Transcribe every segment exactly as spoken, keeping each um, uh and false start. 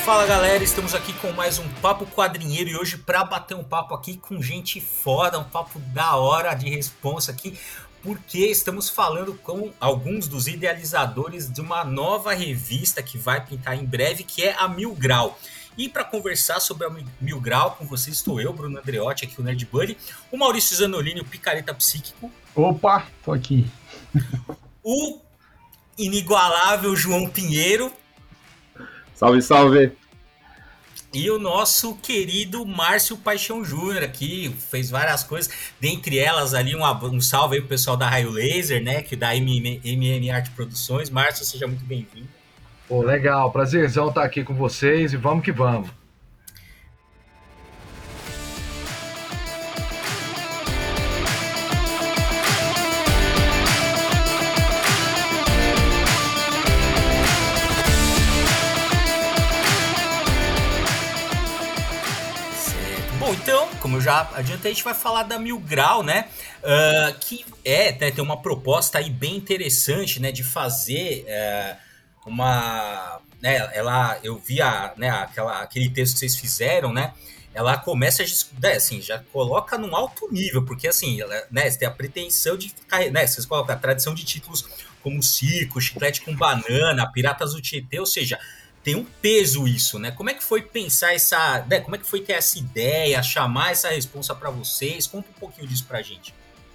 Fala galera, estamos aqui com mais um Papo Quadrinheiro e hoje para bater um papo aqui com gente foda, um papo da hora de responsa aqui, porque estamos falando com alguns dos idealizadores de uma nova revista que vai pintar em breve, que é a Mil Grau. E para conversar sobre a Mil Grau com vocês estou eu, Bruno Andreotti, aqui o Nerd Buddy, o Maurício Zanolini, o Picareta Psíquico. Opa, tô aqui. O inigualável João Pinheiro. Salve, salve! E o nosso querido Márcio Paixão Júnior aqui, fez várias coisas, dentre elas ali um, um salve aí pro pessoal da Raio Laser, né, que da M M Arte Produções. Márcio, seja muito bem-vindo. Pô, legal, prazerzão estar aqui com vocês e vamos que vamos. Então, como eu já adiantei, a gente vai falar da Mil Grau, né? Uh, que é, né, tem uma proposta aí bem interessante, né? De fazer uh, uma... Né, ela, eu vi a, né, aquela, aquele texto que vocês fizeram, né? Ela começa, né, assim, já coloca num alto nível, porque assim, ela, né, você tem a pretensão de... Né, vocês colocam a tradição de títulos como Circo, Chiclete com Banana, Piratas do Tietê, ou seja... Tem um peso isso, né? Como é que foi pensar essa... Né? Como é que foi ter essa ideia, chamar essa responsa para vocês? Conta um pouquinho disso pra gente.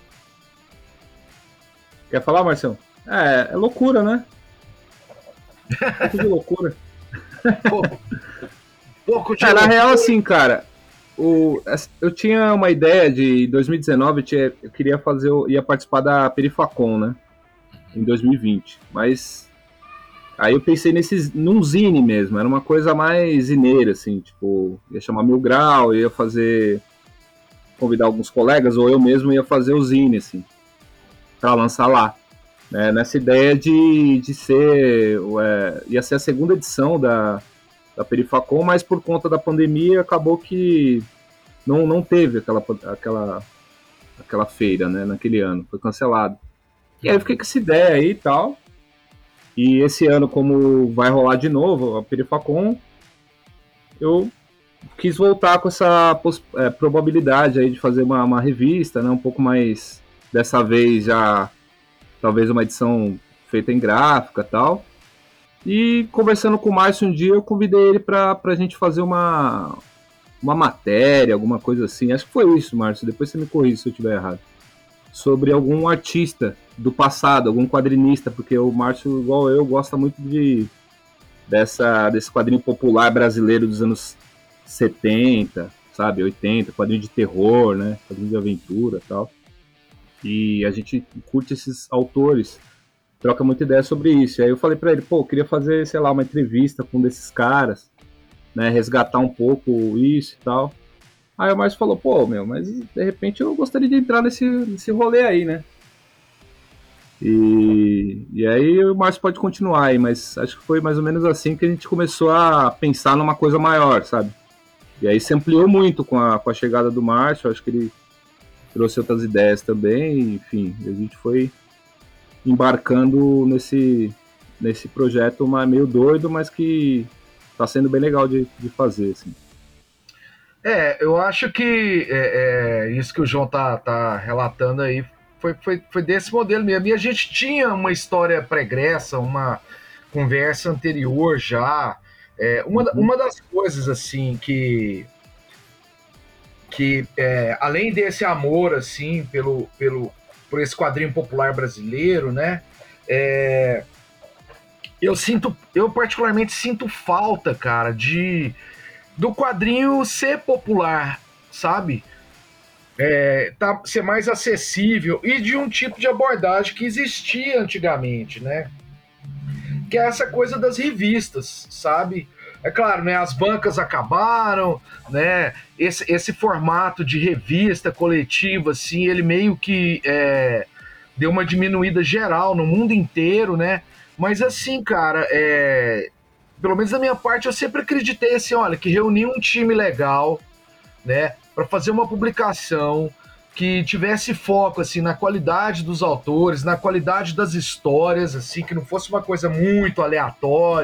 Quer falar, Marcelo? É, é loucura, né? Um pouco de loucura. Pouco, pouco de é, loucura. Na real, assim, cara, o, eu tinha uma ideia de dois mil e dezenove, eu, tinha, eu queria fazer, eu ia participar da Perifacon, né? Em dois mil e vinte, mas... Aí eu pensei nesse, num zine mesmo, era uma coisa mais zineira, assim, tipo, ia chamar Mil Grau, ia fazer, convidar alguns colegas, ou eu mesmo ia fazer o zine, assim, pra lançar lá. Né? Nessa ideia de, de ser, é, ia ser a segunda edição da, da Perifacon, mas por conta da pandemia acabou que não, não teve aquela, aquela, aquela feira, né, naquele ano, foi cancelado. E aí eu fiquei com essa ideia aí e tal. E esse ano, como vai rolar de novo a Perifacon, eu quis voltar com essa é, probabilidade aí de fazer uma, uma revista, né, um pouco mais, dessa vez já, talvez uma edição feita em gráfica e tal. E conversando com o Márcio um dia, eu convidei ele para a gente fazer uma, uma matéria, alguma coisa assim. Acho que foi isso, Márcio, depois você me corrige se eu estiver errado. Sobre algum artista do passado, algum quadrinista, porque o Márcio, igual eu, gosta muito de dessa, desse quadrinho popular brasileiro dos anos setenta, sabe, oitenta, quadrinho de terror, né, quadrinho de aventura e tal. E a gente curte esses autores, troca muita ideia sobre isso. E aí eu falei pra ele, pô, eu queria fazer, sei lá, uma entrevista com um desses caras, né, resgatar um pouco isso e tal. Aí o Márcio falou, pô, meu, mas de repente eu gostaria de entrar nesse, nesse rolê aí, né? E, e aí o Márcio pode continuar aí, mas acho que foi mais ou menos assim que a gente começou a pensar numa coisa maior, sabe? E aí se ampliou muito com a, com a chegada do Márcio, acho que ele trouxe outras ideias também, enfim, a gente foi embarcando nesse, nesse projeto meio doido, mas que tá sendo bem legal de, de fazer, assim. É, eu acho que é, é, isso que o João tá, tá relatando aí foi, foi, foi desse modelo mesmo. E a gente tinha uma história pregressa, uma conversa anterior já. É, uma, uhum. uma das coisas, assim, que, que é, além desse amor, assim, pelo, pelo, por esse quadrinho popular brasileiro, né, é, eu sinto, eu particularmente sinto falta, cara, de... do quadrinho ser popular, sabe? É, tá, ser mais acessível e de um tipo de abordagem que existia antigamente, né? Que é essa coisa das revistas, sabe? É claro, né? As bancas acabaram, né? Esse, esse formato de revista coletiva, assim, ele meio que é, deu uma diminuída geral no mundo inteiro, né? Mas assim, cara, é... pelo menos da minha parte, eu sempre acreditei assim, olha, que reunir um time legal, né, para fazer uma publicação que tivesse foco assim na qualidade dos autores, na qualidade das histórias, assim, que não fosse uma coisa muito aleatória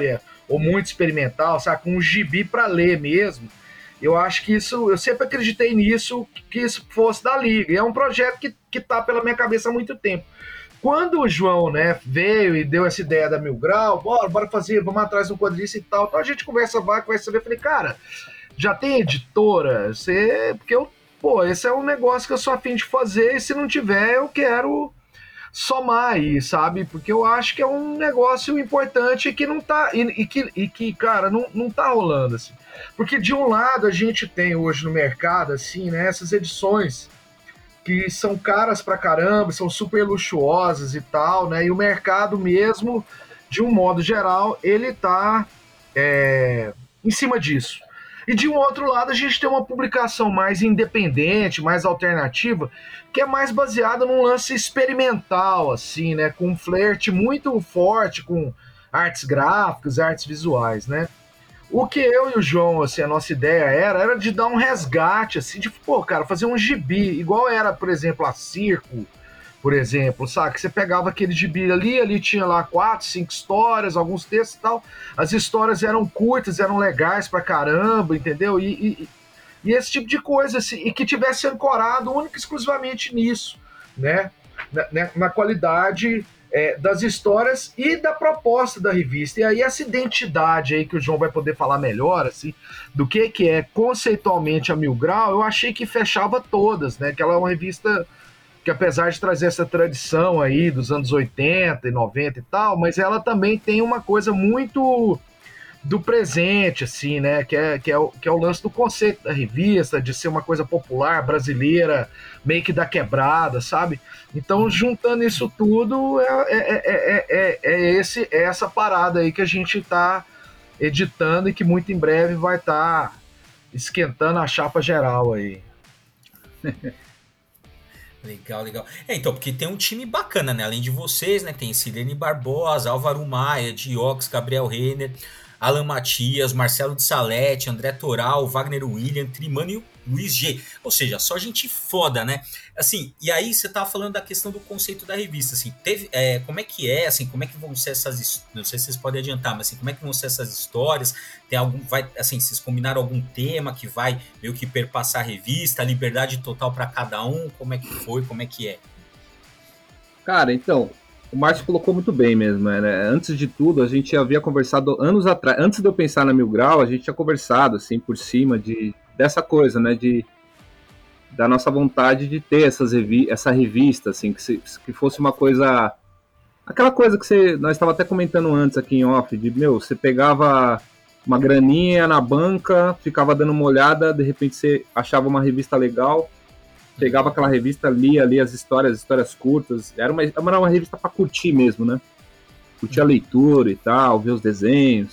ou muito experimental, sabe? Com um gibi para ler mesmo. Eu acho que isso, eu sempre acreditei nisso, que isso fosse da Liga. E é um projeto que, que tá pela minha cabeça há muito tempo. Quando o João, né, veio e deu essa ideia da Mil Grau, bora, bora fazer, vamos atrás de um quadrinista e tal, então a gente conversa, vai, conversa, ver, falei, cara, já tem editora? Você, porque eu, pô, esse é um negócio que eu sou afim de fazer e se não tiver, eu quero somar aí, sabe? Porque eu acho que é um negócio importante que não tá, e, e, que, e que, cara, não, não tá rolando, assim. Porque de um lado a gente tem hoje no mercado, assim, né, essas edições que são caras pra caramba, são super luxuosas e tal, né? E o mercado mesmo, de um modo geral, ele tá é, em cima disso. E de um outro lado, a gente tem uma publicação mais independente, mais alternativa, que é mais baseada num lance experimental, assim, né? Com um flerte muito forte com artes gráficas, artes visuais, né? O que eu e o João, assim, a nossa ideia era, era de dar um resgate, assim, de, pô, cara, fazer um gibi, igual era, por exemplo, a Circo, por exemplo, sabe? Que você pegava aquele gibi ali, ali tinha lá quatro, cinco histórias, alguns textos e tal. As histórias eram curtas, eram legais pra caramba, entendeu? E, e, e esse tipo de coisa, assim, e que tivesse ancorado única e exclusivamente nisso, né? Na, na qualidade é, das histórias e da proposta da revista. E aí essa identidade aí que o João vai poder falar melhor, assim, do que, que é conceitualmente a Mil Grau, eu achei que fechava todas, né? Que ela é uma revista que apesar de trazer essa tradição aí dos anos oitenta e noventa e tal, mas ela também tem uma coisa muito do presente, assim, né, que é, que é, o, que é o lance do conceito da revista, de ser uma coisa popular, brasileira, meio que da quebrada, sabe? Então, juntando isso tudo, é, é, é, é, é, esse, é essa parada aí que a gente tá editando e que muito em breve vai estar tá esquentando a chapa geral aí. Legal, legal. É, então, porque tem um time bacana, né? Além de vocês, né? Tem Sirene Barbosa, Álvaro Maia, Diox, Gabriel Renner, Alan Matias, Marcelo de Salete, André Toral, Wagner William, Trimano e Luiz G. Ou seja, só gente foda, né? Assim, e aí você tava falando da questão do conceito da revista, assim, teve, é, como é que é, assim, como é que vão ser essas, não sei se vocês podem adiantar, mas assim, como é que vão ser essas histórias? Tem algum, vai, assim, vocês combinaram algum tema que vai meio que perpassar a revista, liberdade total para cada um, como é que foi, como é que é? Cara, então, o Márcio colocou muito bem mesmo, né? Antes de tudo, a gente havia conversado anos atrás, antes de eu pensar na Mil Grau, a gente tinha conversado, assim, por cima de, dessa coisa, né, de da nossa vontade de ter essas revi essa revista, assim, que, se, que fosse uma coisa, aquela coisa que você, nós estava até comentando antes aqui em off, de, meu, você pegava uma graninha na banca, ficava dando uma olhada, de repente você achava uma revista legal, pegava aquela revista, lia ali as histórias, histórias curtas, era uma, era uma revista para curtir mesmo, né? Curtir a leitura e tal, ver os desenhos.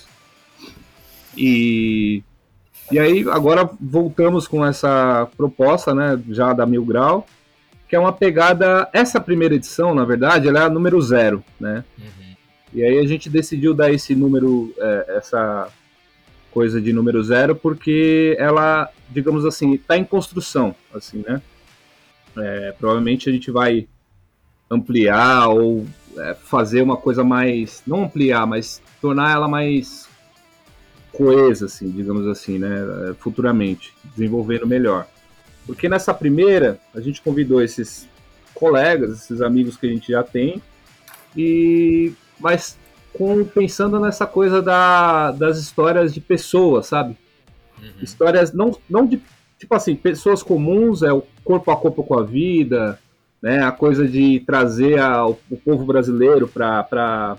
E, e aí agora voltamos com essa proposta, né, já da Mil Grau, que é uma pegada, essa primeira edição, na verdade, ela é a número zero, né? Uhum. E aí a gente decidiu dar esse número, é, essa coisa de número zero, porque ela, digamos assim, está em construção, assim, né? É, provavelmente a gente vai ampliar ou é, fazer uma coisa mais, não ampliar, mas tornar ela mais coesa, assim, digamos assim, né, futuramente, desenvolvendo melhor. Porque nessa primeira, a gente convidou esses colegas, esses amigos que a gente já tem, e mas com, pensando nessa coisa da, das histórias de pessoas, sabe? Uhum. Histórias não, não de tipo assim, pessoas comuns, é o corpo a corpo com a vida, né? A coisa de trazer a, o, o povo brasileiro para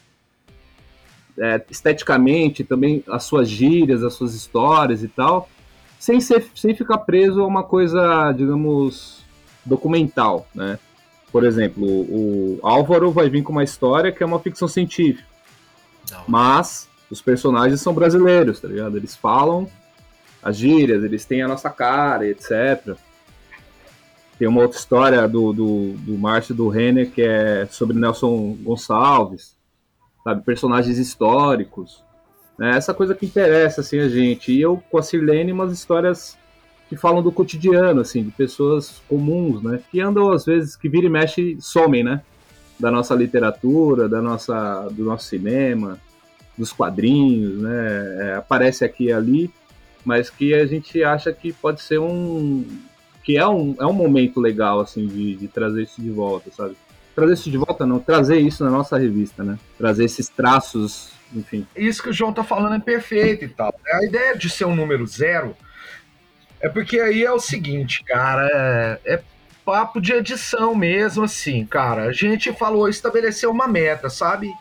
é, esteticamente também as suas gírias, as suas histórias e tal, sem, ser, sem ficar preso a uma coisa, digamos, documental, né? Por exemplo, o, o Álvaro vai vir com uma história que é uma ficção científica, não. Mas os personagens são brasileiros, tá ligado? Eles falam as gírias, eles têm a nossa cara, etcétera. Tem uma outra história do, do, do Márcio e do Renner que é sobre Nelson Gonçalves, sabe? Personagens históricos, né? Essa coisa que interessa, assim, a gente. E eu, com a Sirlene, umas histórias que falam do cotidiano, assim, de pessoas comuns, né? Que andam, às vezes, que vira e mexe, somem, né? Da nossa literatura, da nossa, do nosso cinema, dos quadrinhos, né? É, aparece aqui e ali, mas que a gente acha que pode ser um... que é um, é um momento legal, assim, de, de trazer isso de volta, sabe? Trazer isso de volta não, trazer isso na nossa revista, né? Trazer esses traços, enfim. Isso que o João tá falando é perfeito e tal. A ideia de ser um número zero é porque aí é o seguinte, cara, é, é papo de edição mesmo, assim, cara. A gente falou, estabeleceu uma meta, sabe?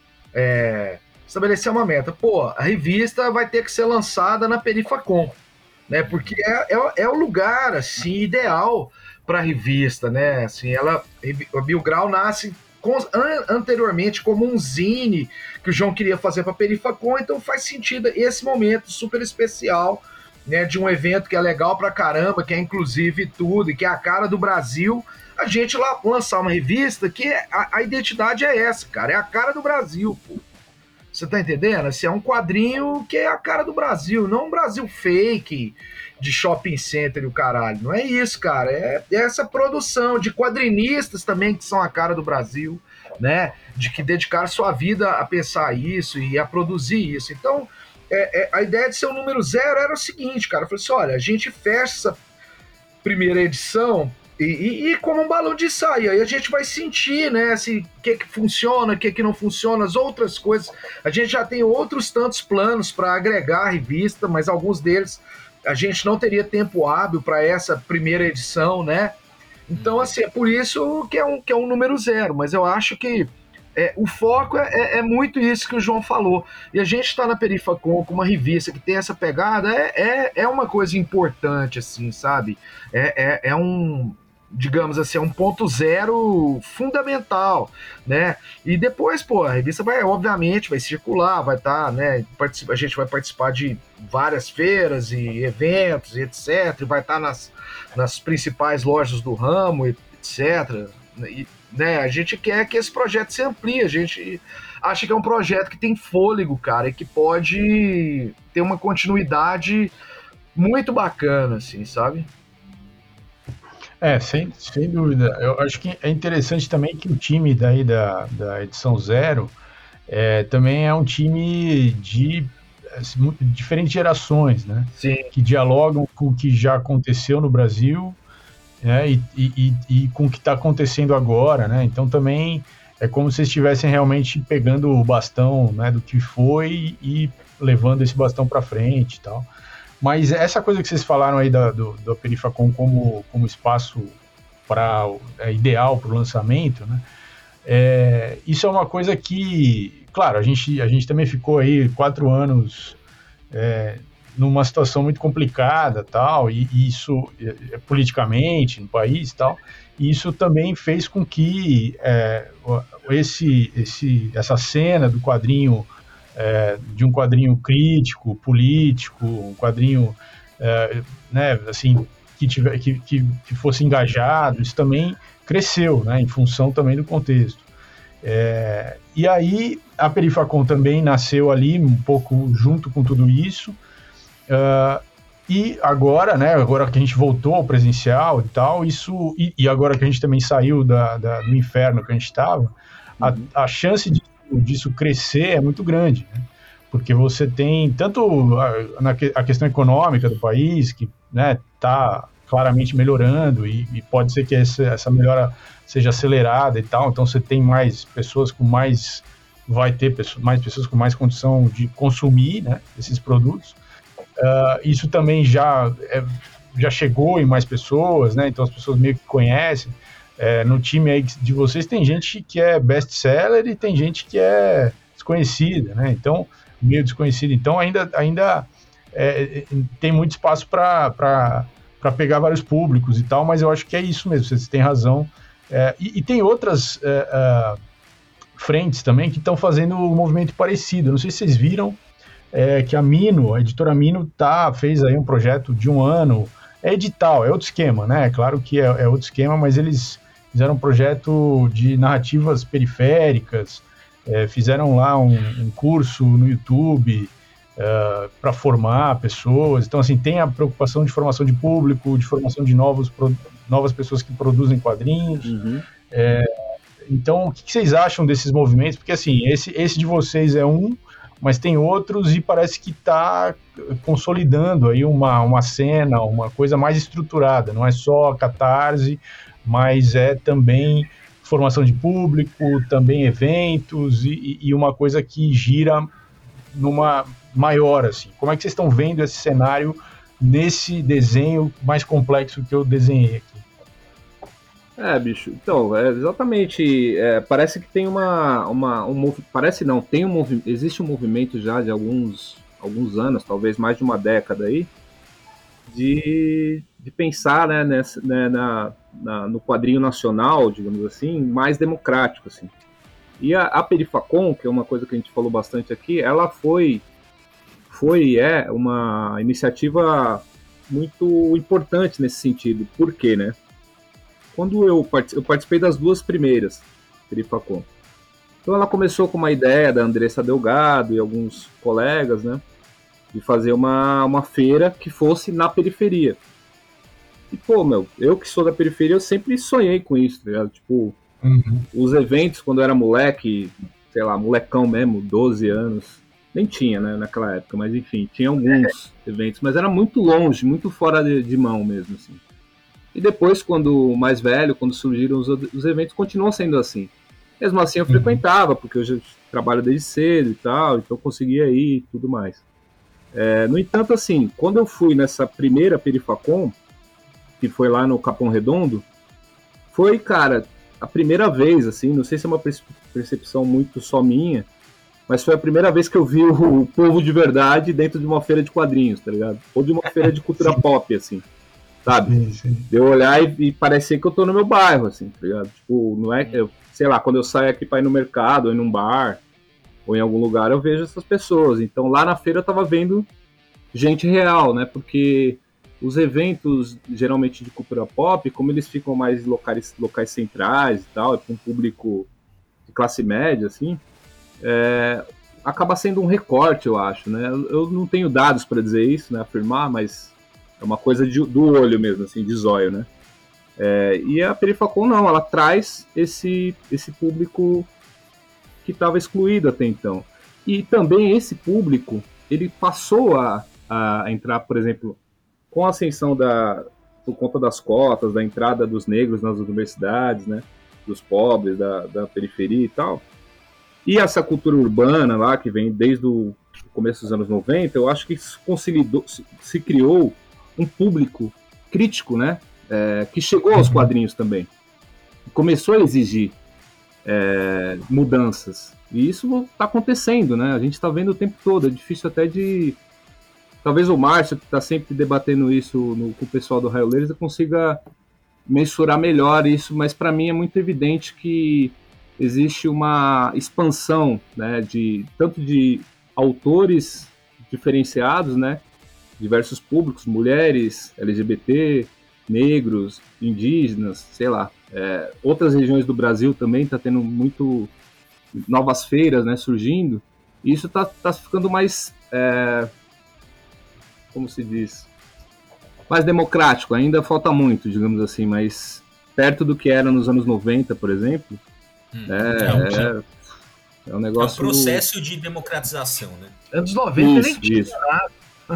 É, estabelecer uma meta. Pô, a revista vai ter que ser lançada na Perifacon, né? Porque é, é, é o lugar, assim, ideal para a revista, né? Assim, ela, a Mil Grau nasce com, an, anteriormente como um zine que o João queria fazer para a Perifacon, então faz sentido esse momento super especial, né, de um evento que é legal pra caramba, que é inclusive tudo, e que é a cara do Brasil, a gente lá lançar uma revista que a, a identidade é essa, cara, é a cara do Brasil, pô. Você tá entendendo? Assim, é um quadrinho que é a cara do Brasil, não um Brasil fake de shopping center e o caralho. Não é isso, cara. É, é essa produção de quadrinistas também que são a cara do Brasil, né? De que dedicaram sua vida a pensar isso e a produzir isso. Então, é, é, a ideia de ser o número zero era o seguinte, cara. Eu falei assim, olha, a gente fecha essa primeira edição e, e, e como um balão de ensaio, aí a gente vai sentir, né, se o que que funciona, o que que não funciona, as outras coisas. A gente já tem outros tantos planos para agregar a revista, mas alguns deles a gente não teria tempo hábil para essa primeira edição, né? Então, assim, é por isso que é um, que é um número zero, mas eu acho que é, o foco é, é muito isso que o João falou. E a gente está na Perifacon com uma revista que tem essa pegada, é, é, é uma coisa importante, assim, sabe? É, é, é um, digamos assim, é um ponto zero fundamental, né? E depois, pô, a revista vai, obviamente, vai circular, vai estar, tá, né? A gente vai participar de várias feiras e eventos, e etcétera. E vai estar tá nas, nas principais lojas do ramo, etcétera. E, né, a gente quer que esse projeto se amplie, a gente acha que é um projeto que tem fôlego, cara, e que pode ter uma continuidade muito bacana, assim, sabe? É, sem, sem dúvida. Eu acho que é interessante também que o time daí da, da edição zero é, também é um time de assim, diferentes gerações, né? Sim. Que dialogam com o que já aconteceu no Brasil, né, e, e, e com o que está acontecendo agora, né? Então também é como se estivessem realmente pegando o bastão, né, do que foi e levando esse bastão para frente e tal. Mas essa coisa que vocês falaram aí da, do, do Perifacon como, como espaço para é, ideal para o lançamento, né? É, isso é uma coisa que, claro, a gente, a gente também ficou aí quatro anos é, numa situação muito complicada, tal, e, e isso é, politicamente no país, tal, e isso também fez com que é, esse, esse, essa cena do quadrinho, é, de um quadrinho crítico, político, um quadrinho, é, né, assim, que, tiver, que, que, que fosse engajado, isso também cresceu, né, em função também do contexto. É, e aí a Perifacon também nasceu ali um pouco junto com tudo isso. Uh, e agora, né, agora que a gente voltou ao presencial e tal, isso, e, e agora que a gente também saiu da, da, do inferno que a gente estava, a, a chance de, disso crescer é muito grande, né? Porque você tem tanto a, na, a questão econômica do país, que, né, tá claramente melhorando, e, e pode ser que essa, essa melhora seja acelerada e tal, então você tem mais pessoas com mais, vai ter pessoas, mais pessoas com mais condição de consumir, né, esses produtos. Uh, isso também já, é, já chegou em mais pessoas, né? Então as pessoas meio que conhecem. É, no time aí de vocês tem gente que é best-seller e tem gente que é desconhecida, né? Então, meio desconhecida. Então ainda, ainda é, tem muito espaço para pegar vários públicos e tal, mas eu acho que é isso mesmo, vocês têm razão. É, e, e tem outras é, é, frentes também que estão fazendo um movimento parecido. Não sei se vocês viram, É, que a Mino, a editora Mino, tá, fez aí um projeto de um ano, é edital, é outro esquema, né? Claro que é, é outro esquema, mas eles fizeram um projeto de narrativas periféricas, é, fizeram lá um, um curso no YouTube uh, para formar pessoas. Então, assim, tem a preocupação de formação de público, de formação de novos, pro, novas pessoas que produzem quadrinhos. Uhum. É, então, o que, que vocês acham desses movimentos? Porque, assim, esse, esse de vocês é um, mas tem outros e parece que está consolidando aí uma, uma cena, uma coisa mais estruturada, não é só a catarse, mas é também formação de público, também eventos e, e uma coisa que gira numa maior, assim. Como é que vocês estão vendo esse cenário nesse desenho mais complexo que eu desenhei aqui? É, bicho, então, é exatamente, é, parece que tem uma, uma um movi- parece não, tem um movimento, existe um movimento já de alguns, alguns anos, talvez mais de uma década aí, de, de pensar, né, nessa, né, na, na, no quadrinho nacional, digamos assim, mais democrático, assim. E a, a Perifacon, que é uma coisa que a gente falou bastante aqui, ela foi, foi e é uma iniciativa muito importante nesse sentido. Por quê, né? Quando eu, eu participei das duas primeiras, Perifacon. Então ela começou com uma ideia da Andressa Delgado e alguns colegas, né? De fazer uma, uma feira que fosse na periferia. E, pô, meu, eu que sou da periferia, eu sempre sonhei com isso, tá ligado? Tipo, uhum. Os eventos, quando eu era moleque, sei lá, molecão mesmo, doze anos, nem tinha, né, naquela época, mas enfim, tinha alguns eventos, mas era muito longe, muito fora de, de mão mesmo, assim. E depois, quando mais velho, quando surgiram os, os eventos, continuou sendo assim. Mesmo assim, eu frequentava, porque eu já trabalho desde cedo e tal, então eu conseguia ir e tudo mais. É, no entanto, assim, quando eu fui nessa primeira Perifacon, que foi lá no Capão Redondo, foi, cara, a primeira vez, assim, não sei se é uma percepção muito só minha, mas foi a primeira vez que eu vi o, o povo de verdade dentro de uma feira de quadrinhos, tá ligado? Ou de uma feira de cultura pop, assim. Sabe? Sim, sim. De eu olhar e, e parecer que eu tô no meu bairro, assim, tá ligado? Tipo, não é, eu, sei lá, quando eu saio aqui pra ir no mercado, ou ir num bar, ou em algum lugar, eu vejo essas pessoas. Então, lá na feira eu tava vendo gente real, né? Porque os eventos, geralmente de cultura pop, como eles ficam mais em locais, locais centrais e tal, é pra um público de classe média, assim, é, acaba sendo um recorte, eu acho, né? Eu, eu não tenho dados para dizer isso, né? Afirmar, mas é uma coisa de, do olho mesmo, assim, de zóio, né? É, e a Perifacon não, ela traz esse, esse público que estava excluído até então. E também esse público, ele passou a, a entrar, por exemplo, com a ascensão da, por conta das cotas, da entrada dos negros nas universidades, né? Dos pobres, da, da periferia e tal. E essa cultura urbana lá, que vem desde o começo dos anos noventa, eu acho que se, consolidou, se, se criou um público crítico, né, é, que chegou aos quadrinhos também. Começou a exigir é, mudanças. E isso está acontecendo, né? A gente está vendo o tempo todo. É difícil até de... Talvez o Márcio, que está sempre debatendo isso no, com o pessoal do Raio Laser, consiga mensurar melhor isso, mas para mim é muito evidente que existe uma expansão, né, de, tanto de autores diferenciados, né, diversos públicos, mulheres, L G B T, negros, indígenas, sei lá. É, outras regiões do Brasil também está tendo muito novas feiras, né, surgindo, e isso está tá ficando mais, é, como se diz, mais democrático. Ainda falta muito, digamos assim, mas perto do que era nos anos noventa, por exemplo, hum, é, é, é um negócio... É um processo de democratização, né? Anos noventa isso, nem tinha isso. nada.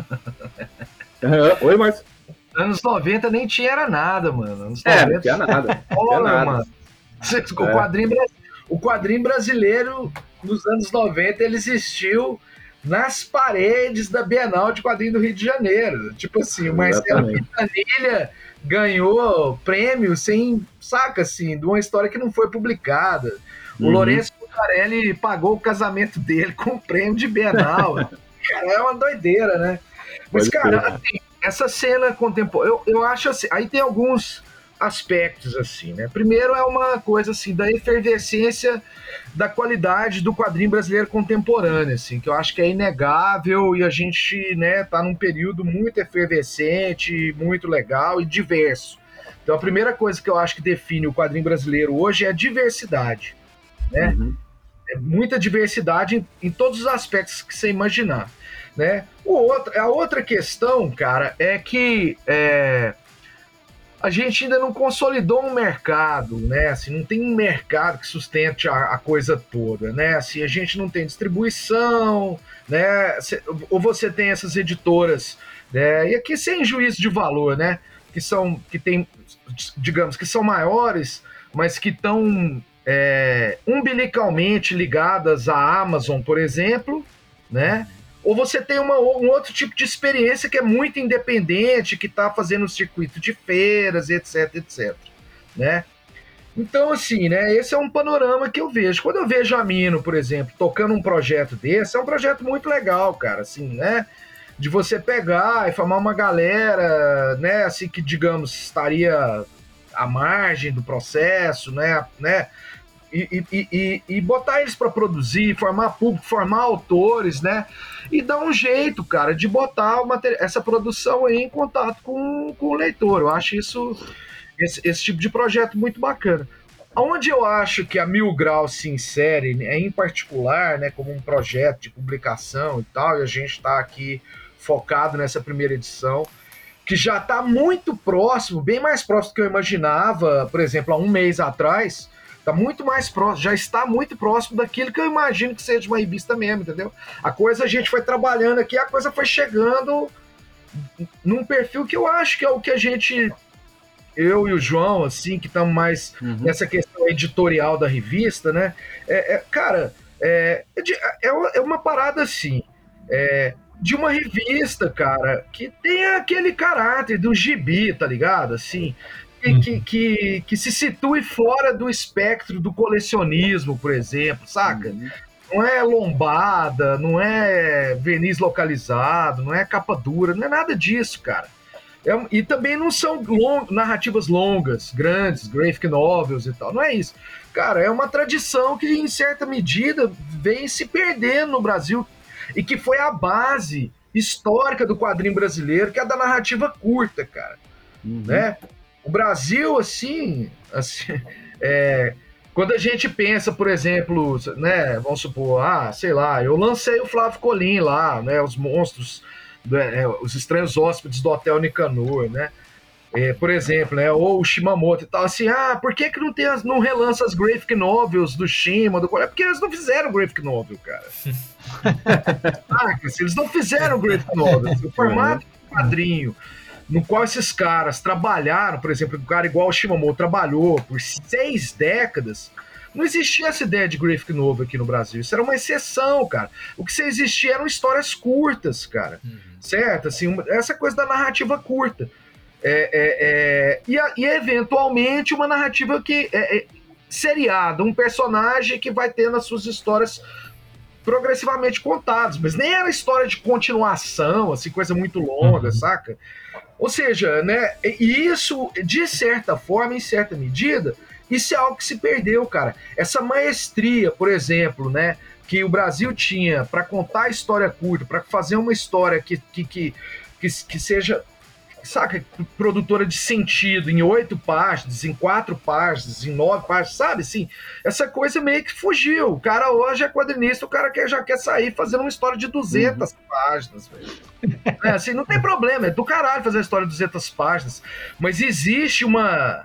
Oi, Márcio. Anos noventa nem tinha era nada, mano. Anos é, noventa, não tinha nada. Não Olha, tinha nada. mano. O, É. quadrinho, o quadrinho brasileiro, nos anos noventa, ele existiu nas paredes da Bienal de Quadrinho do Rio de Janeiro. Tipo assim, o Marcelo Quintanilha ganhou prêmio sem, saca assim, de uma história que não foi publicada. O uhum. Lourenço Mutarelli pagou o casamento dele com o prêmio de Bienal. Cara, é uma doideira, né? Mas, Pode cara, ser, assim, essa cena contemporânea, eu, eu acho assim, aí tem alguns aspectos, assim, né? Primeiro é uma coisa, assim, da efervescência da qualidade do quadrinho brasileiro contemporâneo, assim, que eu acho que é inegável e a gente, né, tá num período muito efervescente, muito legal e diverso. Então a primeira coisa que eu acho que define o quadrinho brasileiro hoje é a diversidade, né? Uhum. É muita diversidade em, em todos os aspectos que você imaginar, né? O outro, a outra questão, cara, é que é, a gente ainda não consolidou um mercado, né? Assim, não tem um mercado que sustente a, a coisa toda, né? Assim, a gente não tem distribuição, né? Ou você tem essas editoras, né? E aqui sem juízo de valor, né? Que são, que tem, digamos, que são maiores, mas que estão é, umbilicalmente ligadas à Amazon, por exemplo, né? Ou você tem uma, um outro tipo de experiência que é muito independente, que está fazendo um circuito de feiras, etc, etc, né? Então, assim, né, esse é um panorama que eu vejo. Quando eu vejo a Mino, por exemplo, tocando um projeto desse, é um projeto muito legal, cara, assim, né? De você pegar e formar uma galera, né, assim, que, digamos, estaria à margem do processo, né, né? E, e, e, e botar eles para produzir, formar público, formar autores, né? E dar um jeito, cara, de botar uma, essa produção aí em contato com, com o leitor. Eu acho isso, esse, esse tipo de projeto muito bacana. Onde eu acho que a Mil Grau se insere, né, em particular, né, como um projeto de publicação e tal, e a gente está aqui focado nessa primeira edição, que já está muito próximo, bem mais próximo do que eu imaginava, por exemplo, há um mês atrás. Está muito mais próximo, já está muito próximo daquilo que eu imagino que seja uma revista mesmo, entendeu? A coisa, a gente foi trabalhando aqui, a coisa foi chegando num perfil que eu acho que é o que a gente, eu e o João, assim, que estamos mais uhum. nessa questão editorial da revista, né? É, é, cara, é, é, é uma parada assim, é, de uma revista, cara, que tem aquele caráter do gibi, tá ligado? Assim, Que, que, que, que se situe fora do espectro do colecionismo, por exemplo, saca? Uhum. Não é lombada, não é verniz localizado, não é capa dura, não é nada disso, cara. É, e também não são long, narrativas longas, grandes, graphic novels e tal, não é isso. Cara, é uma tradição que, em certa medida, vem se perdendo no Brasil e que foi a base histórica do quadrinho brasileiro, que é a da narrativa curta, cara. Uhum. Né? O Brasil, assim, assim é, quando a gente pensa, por exemplo, né, vamos supor, ah, sei lá, eu lancei o Flávio Colim lá, né, os monstros, né, os estranhos hóspedes do Hotel Nicanor, né, é, por exemplo, né, ou o Shimamoto e tal, assim, ah, por que que não, tem as, não relança as graphic novels do Shima, do Coreia? Porque eles não fizeram graphic novel, cara. Ah, eles não fizeram graphic novel, o formato do quadrinho no qual esses caras trabalharam, por exemplo, um cara igual o Shimamoto trabalhou por seis décadas, não existia essa ideia de graphic novel aqui no Brasil. Isso era uma exceção, cara. O que existia eram histórias curtas, cara. Uhum. Certo? Assim, essa coisa da narrativa curta. É, é, é, e, a, e, eventualmente, uma narrativa que é, é seriada, um personagem que vai ter nas suas histórias progressivamente contadas, mas nem era história de continuação, assim, coisa muito longa, uhum. saca? Ou seja, né, e isso, de certa forma, em certa medida, isso é algo que se perdeu, cara. Essa maestria, por exemplo, né, que o Brasil tinha para contar a história curta, para fazer uma história que, que, que, que, que seja, saca, produtora de sentido em oito páginas, em quatro páginas, em nove páginas, sabe? Assim, essa coisa meio que fugiu. O cara hoje é quadrinista, o cara quer, já quer sair fazendo uma história de duzentas uhum. páginas, velho. É, assim, não tem problema, é do caralho fazer a história de duzentas páginas, mas existe uma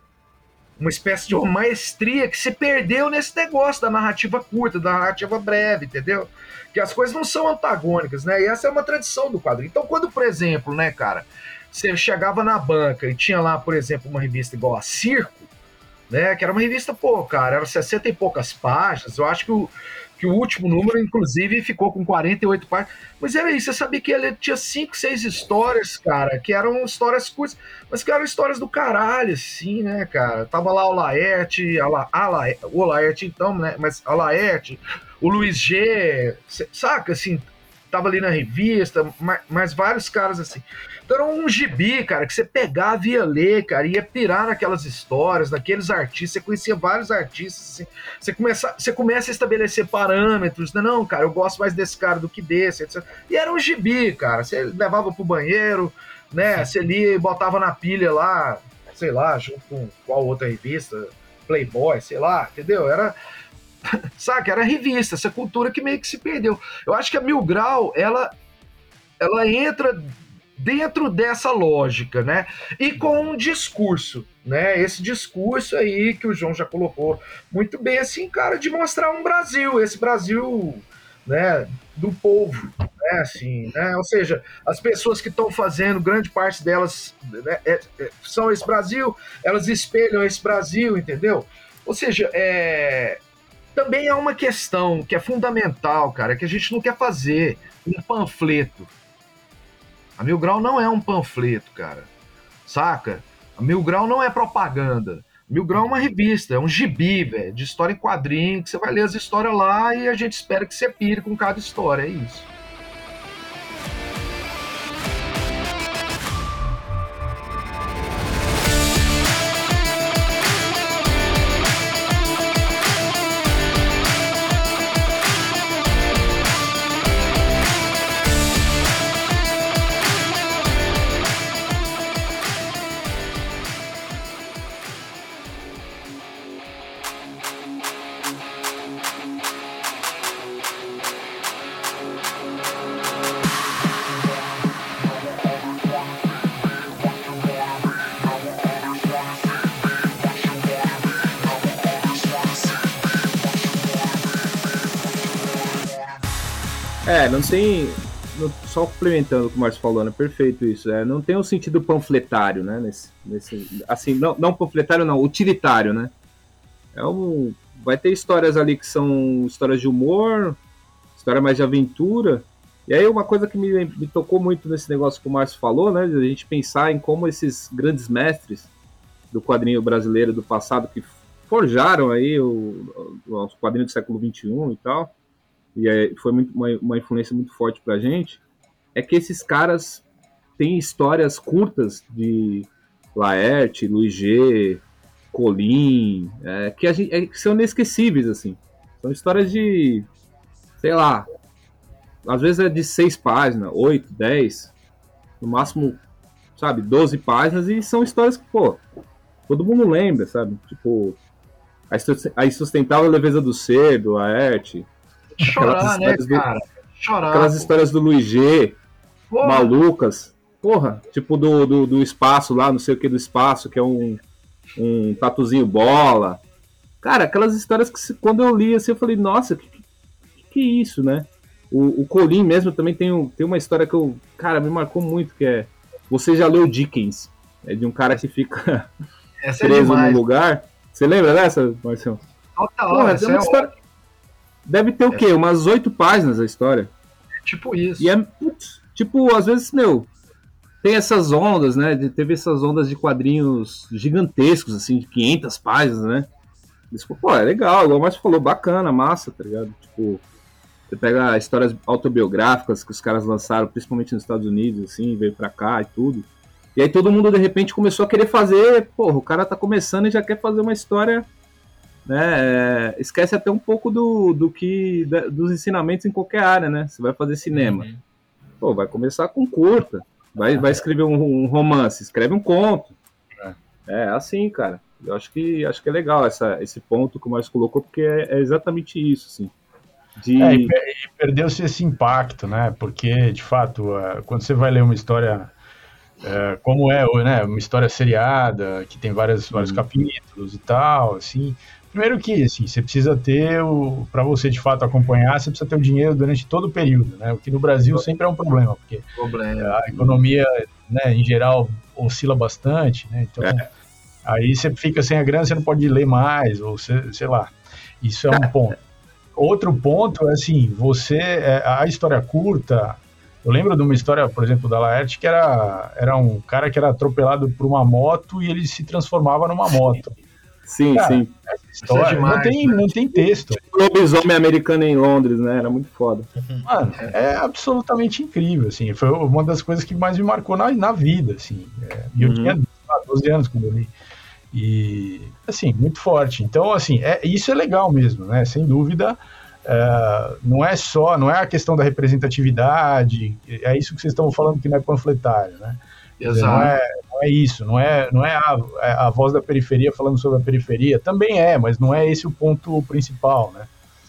uma espécie de uma maestria que se perdeu nesse negócio da narrativa curta, da narrativa breve, entendeu? Que as coisas não são antagônicas, né? E essa é uma tradição do quadrinho. Então, quando, por exemplo, né, cara, você chegava na banca e tinha lá, por exemplo, uma revista igual a Circo, né, que era uma revista, pô, cara, era sessenta e poucas páginas, eu acho que o, que o último número, inclusive, ficou com quarenta e oito páginas, mas era isso, você sabia que ele tinha cinco, seis histórias, cara, que eram histórias curtas, mas que eram histórias do caralho, assim, né, cara, tava lá o Laerte, a La, a La, o Laerte, então, né, mas a Laerte, o Luiz G, saca, assim, tava ali na revista, mas, mas vários caras, assim. Então era um gibi, cara, que você pegava e ia ler, cara, ia pirar naquelas histórias, naqueles artistas, você conhecia vários artistas, assim, você, começa, você começa a estabelecer parâmetros, né? Não, cara, eu gosto mais desse cara do que desse, etcétera. E era um gibi, cara, você levava pro banheiro, né, você lia e botava na pilha lá, sei lá, junto com qual outra revista, Playboy, sei lá, entendeu? Era... Saca, era revista, essa cultura que meio que se perdeu. Eu acho que a Mil Grau, ela, ela entra dentro dessa lógica, né? E com um discurso, né? Esse discurso aí que o João já colocou muito bem, assim, cara, de mostrar um Brasil, esse Brasil, né, do povo, né, assim, né? Ou seja, as pessoas que estão fazendo, grande parte delas, né, é, é, são esse Brasil, elas espelham esse Brasil, entendeu? Ou seja, é... também é uma questão que é fundamental, cara, que a gente não quer fazer um panfleto. A Mil Grau não é um panfleto, cara, saca? A Mil Grau não é propaganda. Mil Grau é uma revista, é um gibi, velho, de história em quadrinho, que você vai ler as histórias lá e a gente espera que você pire com cada história, é isso. É, não tem... Só complementando o que o Márcio falou, né? Perfeito isso. É, não tem um sentido panfletário, né? Nesse, nesse, assim, não, não panfletário, não, utilitário, né? É um, vai ter histórias ali que são histórias de humor, história mais de aventura. E aí uma coisa que me, me tocou muito nesse negócio que o Márcio falou, né? De a gente pensar em como esses grandes mestres do quadrinho brasileiro do passado que forjaram aí o, o, os quadrinhos do século vinte e um e tal, e é, foi muito, uma, uma influência muito forte pra gente, é que esses caras têm histórias curtas de Laerte, Luiz G, Colin, é, que, a gente, é, que são inesquecíveis, assim. São histórias de, sei lá, às vezes é de seis páginas, oito, dez, no máximo, sabe, doze páginas, e são histórias que, pô, todo mundo lembra, sabe? Tipo, a Insustentável Leveza do Ser, do Laerte. Chorar, né, cara? Do, Chorar. Aquelas pô. histórias do Luiz G, porra. Malucas. Porra, tipo do, do, do espaço lá, não sei o que do espaço, que é um, um tatuzinho bola. Cara, aquelas histórias que quando eu li assim, eu falei, nossa, que, que, que isso, né? O, o Colin mesmo também tem, um, tem uma história que eu, cara, me marcou muito, que é Você Já Leu Dickens? É de um cara que fica essa preso é num lugar. Você lembra dessa, Marcelo? Total, Porra, essa é uma é história... Deve ter o quê? Umas oito páginas a história. Tipo isso. E é, putz, tipo, às vezes, meu, tem essas ondas, né? Teve essas ondas de quadrinhos gigantescos, assim, de quinhentas páginas, né? Isso, pô, é legal, igual o Márcio falou, bacana, massa, tá ligado? Tipo, você pega histórias autobiográficas que os caras lançaram, principalmente nos Estados Unidos, assim, veio pra cá e tudo. E aí todo mundo, de repente, começou a querer fazer, porra, o cara tá começando e já quer fazer uma história... Né, é, esquece até um pouco do, do que da, dos ensinamentos em qualquer área, né? Você vai fazer cinema, uhum. Pô, vai começar com curta, vai, vai escrever um, um romance, escreve um conto. É. é assim, cara. Eu acho que acho que é legal essa, esse ponto que o Márcio colocou, porque é, é exatamente isso, assim. De... É, e, per- e perdeu-se esse impacto, né? Porque, de fato, uh, quando você vai ler uma história uh, como é, né, uma história seriada, que tem várias, vários uhum. capítulos e tal, assim. Primeiro que, assim, você precisa ter, o para você de fato acompanhar, você precisa ter o dinheiro durante todo o período, né? O que no Brasil sempre é um problema, porque problema. a economia, né, em geral, oscila bastante, né? Então, é. aí você fica sem a grana, você não pode ler mais, ou sei, sei lá. Isso é um ponto. Outro ponto é, assim, você, a história curta, eu lembro de uma história, por exemplo, da Laerte, que era, era um cara que era atropelado por uma moto e ele se transformava numa moto. Sim, cara, sim. História, é demais, não, tem, né? não tem texto. Tipo, lobisomem americano em Londres, né? Era muito foda. Mano, é absolutamente incrível, assim. Foi uma das coisas que mais me marcou na, na vida, assim. É, e eu uhum. tinha doze anos quando eu li. E, assim, muito forte. Então, assim, é, isso é legal mesmo, né? Sem dúvida, é, não é só, não é a questão da representatividade, é isso que vocês estão falando que não é panfletário, né? Exato. Não é, não é isso, não é, não é a, a voz da periferia falando sobre a periferia, também é, mas não é esse o ponto principal, né?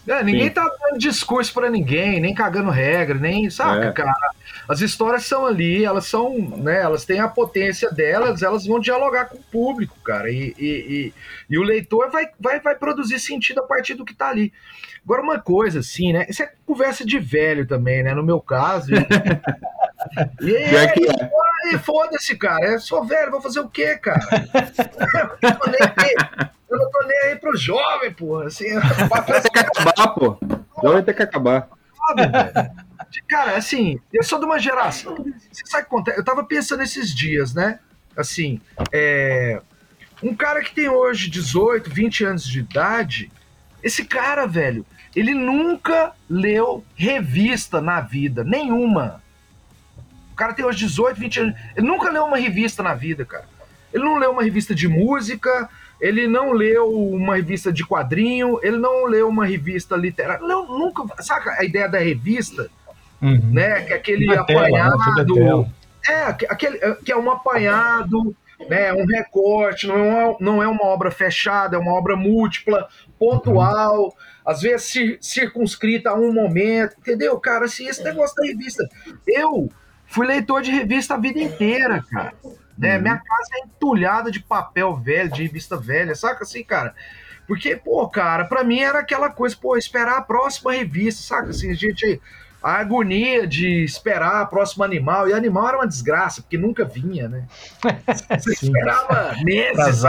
É, ninguém Sim. tá dando discurso pra ninguém, nem cagando regra, nem, saca, É. cara? As histórias são ali, elas são, né, elas têm a potência delas, elas vão dialogar com o público, cara, e, e, e, e o leitor vai, vai, vai produzir sentido a partir do que tá ali. Agora, uma coisa assim, né, isso é conversa de velho também, né, no meu caso, e, e, Pior que é. e foda-se, cara, eu sou velho, vou fazer o quê, cara? Eu não tô nem aí, eu não tô nem aí pro jovem, porra, assim, Vai ter que acabar, pô. Já vai ter que acabar. sabe, velho? Cara, assim, eu sou de uma geração. Você sabe o que acontece? Eu tava pensando esses dias, né? Assim, é, um cara que tem hoje dezoito, vinte anos de idade, esse cara, velho, ele nunca leu revista na vida, nenhuma. O cara tem hoje dezoito, vinte anos, ele nunca leu uma revista na vida, cara. Ele não leu uma revista de música, ele não leu uma revista de quadrinho, ele não leu uma revista literária, leu, nunca, saca a ideia da revista? Uhum. Né? Que é aquele Na tela, né? Tudo é apanhado. tela. É, aquele, que é um apanhado, né? Um recorte, não é, não é uma obra fechada, é uma obra múltipla, pontual, uhum. Às vezes cir, circunscrita a um momento, entendeu, cara? Assim, esse negócio da revista. Eu fui leitor de revista a vida inteira, cara. Né? Uhum. Minha casa é entulhada de papel velho, de revista velha, saca assim, cara? Porque, pô, cara, pra mim era aquela coisa, pô, esperar a próxima revista, saca assim, gente. A agonia de esperar o próximo animal, e animal era uma desgraça, porque nunca vinha, né? Você esperava meses,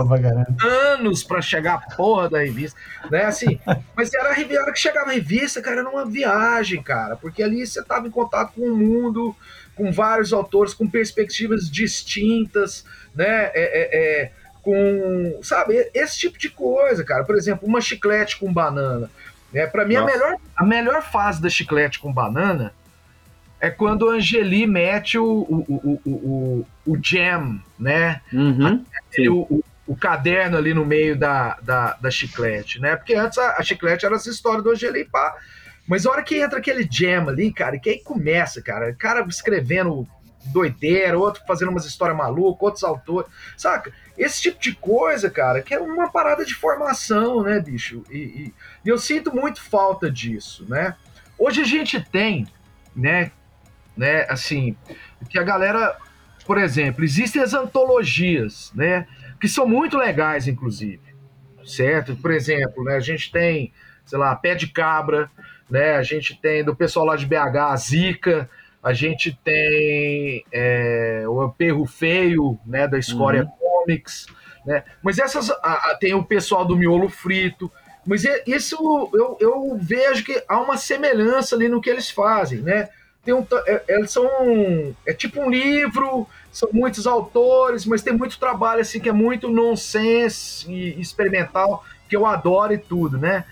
anos para chegar a porra da revista, né? Assim, mas era a hora que chegava a revista, cara, era uma viagem, cara, porque ali você estava em contato com o mundo, com vários autores, com perspectivas distintas, né? É, é, é, com, sabe, esse tipo de coisa, cara. Por exemplo, uma chiclete com banana. É, para mim, a melhor, a melhor fase da chiclete com banana é quando a Angeli mete o, o, o, o, o, o jam, né? Uhum, a, o, o, o caderno ali no meio da, da, da chiclete, né? Porque antes a, a chiclete era essa história do Angeli, pá. Mas a hora que entra aquele jam ali, cara, que aí começa, cara, o cara escrevendo doideira, outro fazendo umas histórias malucas, outros autores, saca? Esse tipo de coisa, cara, que é uma parada de formação, né, bicho? E, e, e eu sinto muito falta disso, né? Hoje a gente tem, né, né, assim, que a galera, por exemplo, existem as antologias, né, que são muito legais, inclusive, certo? Por exemplo, né, a gente tem, sei lá, Pé de Cabra, né, a gente tem do pessoal lá de B H, a Zica, a gente tem é, o Perro Feio, né, da Escória uhum. Comics, né? Mas essas a, a, tem o pessoal do Miolo Frito, mas é, isso eu, eu vejo que há uma semelhança ali no que eles fazem, né? Tem um, é, eles são é tipo um livro, são muitos autores, mas tem muito trabalho assim que é muito nonsense e experimental, que eu adoro e tudo, né?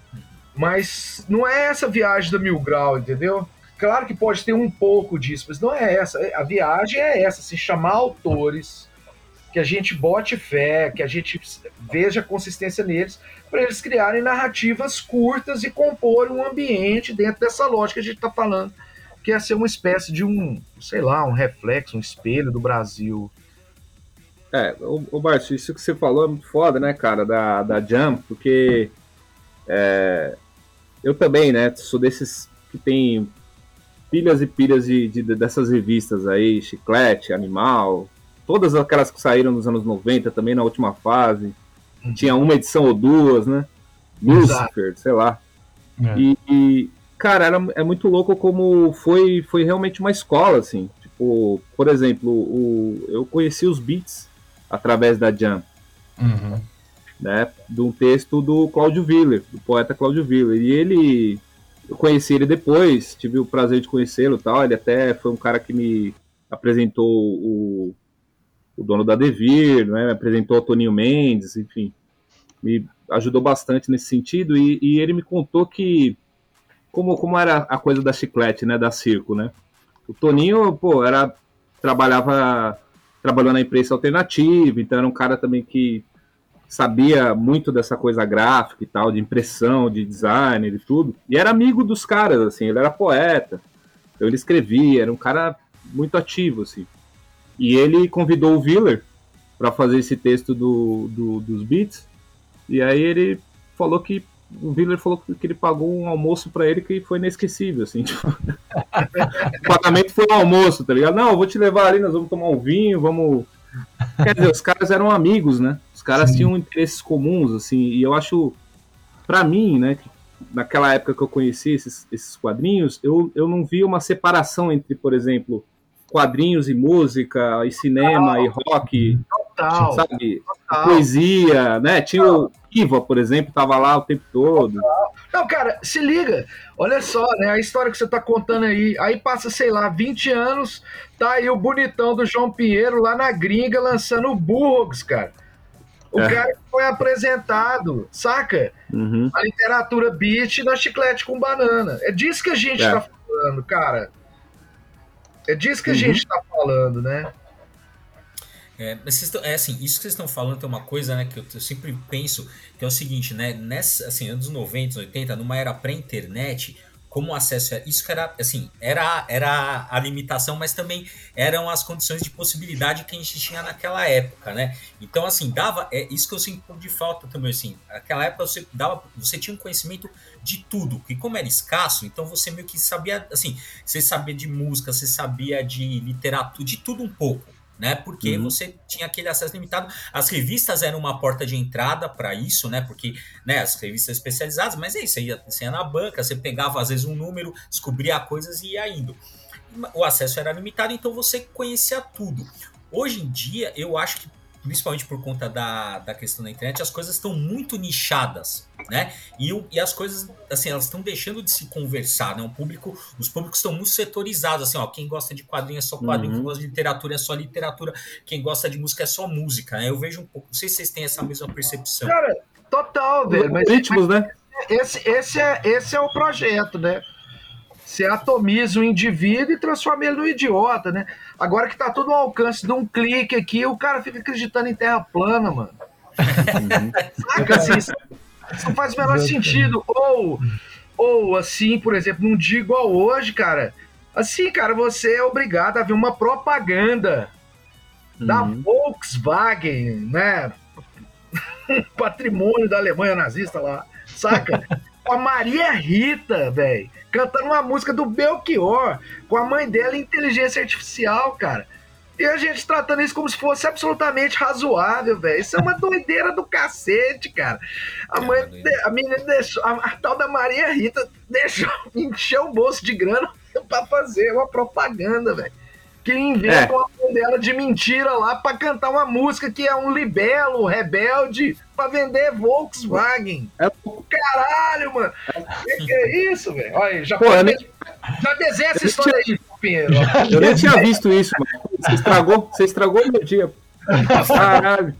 Mas não é essa viagem da Mil Grau, entendeu? Claro que pode ter um pouco disso, mas não é essa. A viagem é essa, se chamar autores, que a gente bote fé, que a gente veja a consistência neles, para eles criarem narrativas curtas e compor um ambiente dentro dessa lógica que a gente está falando, que é ser uma espécie de um, sei lá, um reflexo, um espelho do Brasil. É, o, o Márcio, isso que você falou é muito foda, né, cara, da, da Jump, porque é, eu também, né, sou desses que tem pilhas e pilhas de, de, dessas revistas aí, Chiclete, Animal, todas aquelas que saíram nos anos noventa, também na última fase. Uhum. Tinha uma edição ou duas, né? Lucifer, sei lá. É. E, e, cara, era, é muito louco como foi, foi realmente uma escola, assim. Tipo, por exemplo, o, eu conheci os Beats através da Jump. Uhum. Né? De um texto do Cláudio Willer, do poeta Cláudio Willer. E ele... Eu conheci ele depois, tive o prazer de conhecê-lo e tal. Ele até foi um cara que me apresentou o, o dono da Devir, né? Me apresentou o Toninho Mendes, enfim. Me ajudou bastante nesse sentido. E, e ele me contou que como, como era a coisa da chiclete, né? Da circo, né? O Toninho, pô, era, trabalhava trabalhou na imprensa alternativa, então era um cara também que sabia muito dessa coisa gráfica e tal, de impressão, de designer e tudo, e era amigo dos caras, assim, ele era poeta, então ele escrevia, era um cara muito ativo, assim. E ele convidou o Willer para fazer esse texto do, do, dos Beats, e aí ele falou que o Willer falou que ele pagou um almoço pra ele que foi inesquecível, assim, tipo, o pagamento foi um almoço, tá ligado? Não, eu vou te levar ali, nós vamos tomar um vinho, vamos... Quer dizer, os caras eram amigos, né? Os caras Sim. tinham interesses comuns, assim, e eu acho, pra mim, né, que naquela época que eu conheci esses, esses quadrinhos, eu, eu não via uma separação entre, por exemplo, quadrinhos e música, e cinema, Total. e rock, Total. sabe? Total. Poesia, né? Tinha Total. o Iva, por exemplo, tava lá o tempo todo. Total. Não, cara, se liga, olha só, né, a história que você tá contando aí, aí passa, sei lá, vinte anos, tá aí o bonitão do João Pinheiro lá na gringa lançando o Burroughs, cara. O é. cara foi apresentado, saca? Uhum. A literatura beat na Chiclete com Banana. É disso que a gente é. tá falando, cara. É disso que a uhum. gente tá falando, né? É, vocês é assim, isso que vocês estão falando tem uma coisa, né, que eu, eu sempre penso, que é o seguinte, né, nessa, assim, anos noventa, oitenta, numa era pré-internet, como o acesso é, isso que era, assim, era, era a limitação, mas também eram as condições de possibilidade que a gente tinha naquela época, né? Então, assim, dava, é isso que eu sinto um pouco de falta também, assim, naquela época você dava, você tinha um conhecimento de tudo, que como era escasso, então você meio que sabia, assim, você sabia de música, você sabia de literatura, de tudo um pouco, né? Porque uhum. você tinha aquele acesso limitado. As revistas eram uma porta de entrada para isso, né? Porque, né, as revistas especializadas, mas é isso, você ia, você ia na banca, você pegava às vezes um número, descobria coisas e ia indo. O acesso era limitado, então você conhecia tudo. Hoje em dia, eu acho que, principalmente por conta da, da questão da internet, as coisas estão muito nichadas, né? E, e as coisas, assim, elas estão deixando de se conversar, né? Um público, os públicos estão muito setorizados, assim, ó, quem gosta de quadrinho é só quadrinho, uhum. quem gosta de literatura é só literatura, quem gosta de música é só música, né? Eu vejo um pouco, não sei se vocês têm essa mesma percepção. Cara, total, velho. Mas, ritmos, mas né? Esse, esse, é, esse é o projeto, né? Você atomiza o indivíduo e transforma ele num idiota, né? Agora que tá tudo ao alcance de um clique aqui, o cara fica acreditando em terra plana, mano. Saca, assim, isso, isso não faz o menor sentido. Ou, ou, assim, por exemplo, num dia igual hoje, cara, assim, cara, você é obrigado a ver uma propaganda uhum. da Volkswagen, né? Patrimônio da Alemanha nazista lá, saca? Com a Maria Rita, velho, cantando uma música do Belchior, com a mãe dela em inteligência artificial, cara. E a gente tratando isso como se fosse absolutamente razoável, velho. Isso é uma doideira do cacete, cara. A mãe, a menina deixou, a, a tal da Maria Rita deixou, encheu o bolso de grana pra fazer uma propaganda, velho. Que inventa é. uma mãe dela de mentira lá pra cantar uma música que é um libelo rebelde pra vender Volkswagen. É. Caralho, mano. Que que é isso, velho? Olha aí, já, Pô, pode... nem... já desenha essa história tinha... aí, Pinheiro. Eu nem tinha visto isso, mano. Você estragou, você estragou o meu dia. Caralho.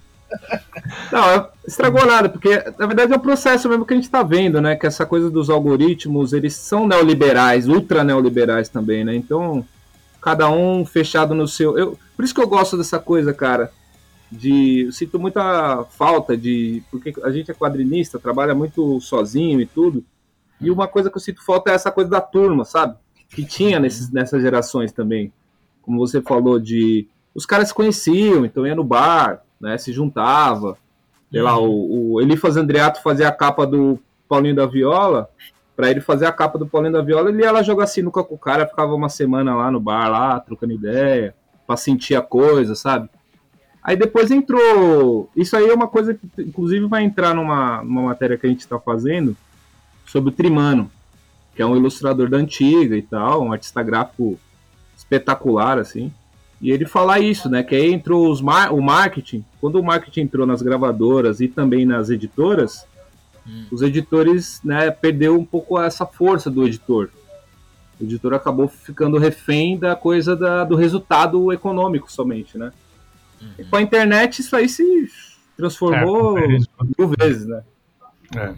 Não, estragou nada, porque na verdade é um processo mesmo que a gente tá vendo, né? Que essa coisa dos algoritmos, eles são neoliberais, ultra neoliberais também, né? Então, cada um fechado no seu... Eu, por isso que eu gosto dessa coisa, cara, de... Eu sinto muita falta de... Porque a gente é quadrinista, trabalha muito sozinho e tudo, e uma coisa que eu sinto falta é essa coisa da turma, sabe? Que tinha nesses, nessas gerações também. Como você falou de... Os caras se conheciam, então ia no bar, né? Se juntava. Sei lá, o, o Elifas Andreato fazia a capa do Paulinho da Viola... Pra ele fazer a capa do Paulinho da Viola, ele ia lá jogar sinuca com o cara, ficava uma semana lá no bar, lá, trocando ideia, pra sentir a coisa, sabe? Aí depois entrou... Isso aí é uma coisa que, inclusive, vai entrar numa, numa matéria que a gente tá fazendo sobre o Trimano, que é um ilustrador da antiga e tal, um artista gráfico espetacular, assim. E ele fala isso, né? Que aí entrou os mar... o marketing. Quando o marketing entrou nas gravadoras e também nas editoras... Hum. Os editores, né, perdeu um pouco essa força do editor. O editor acabou ficando refém da coisa da, do resultado econômico somente, né? Uhum. E com a internet isso aí se transformou é, mil vezes, né? É.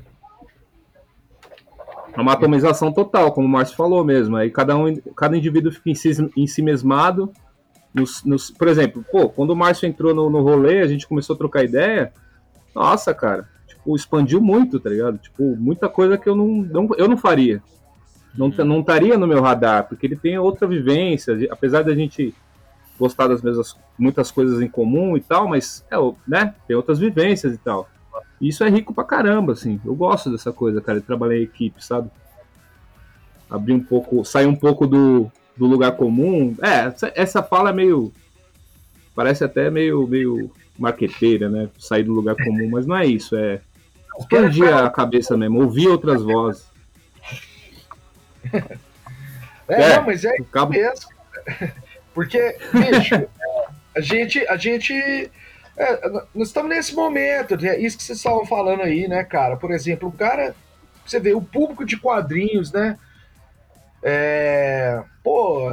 É uma atomização total, como o Márcio falou mesmo. Aí cada, um, cada indivíduo fica em si, em si mesmado. Nos, nos, por exemplo, pô, quando o Márcio entrou no, no rolê, a gente começou a trocar ideia. Nossa, cara. Expandiu muito, tá ligado? Tipo, muita coisa que eu não, não, eu não faria. Não, não estaria no meu radar, porque ele tem outra vivência, apesar da gente gostar das mesmas, muitas coisas em comum e tal, mas, é, né, tem outras vivências e tal. E isso é rico pra caramba, assim. Eu gosto dessa coisa, cara, de trabalhar em equipe, sabe? Abrir um pouco, sair um pouco do, do lugar comum. É, essa, essa fala é meio... Parece até meio, meio marqueteira, né? Sair do lugar comum, mas não é isso, é expandir a cabeça mesmo, ouvir outras vozes. É, É, não, mas é o isso cabo- mesmo. Porque, bicho, a gente. A gente é, nós estamos nesse momento, é isso que vocês estavam falando aí, né, cara? Por exemplo, o cara. Você vê, o público de quadrinhos, né? É, pô,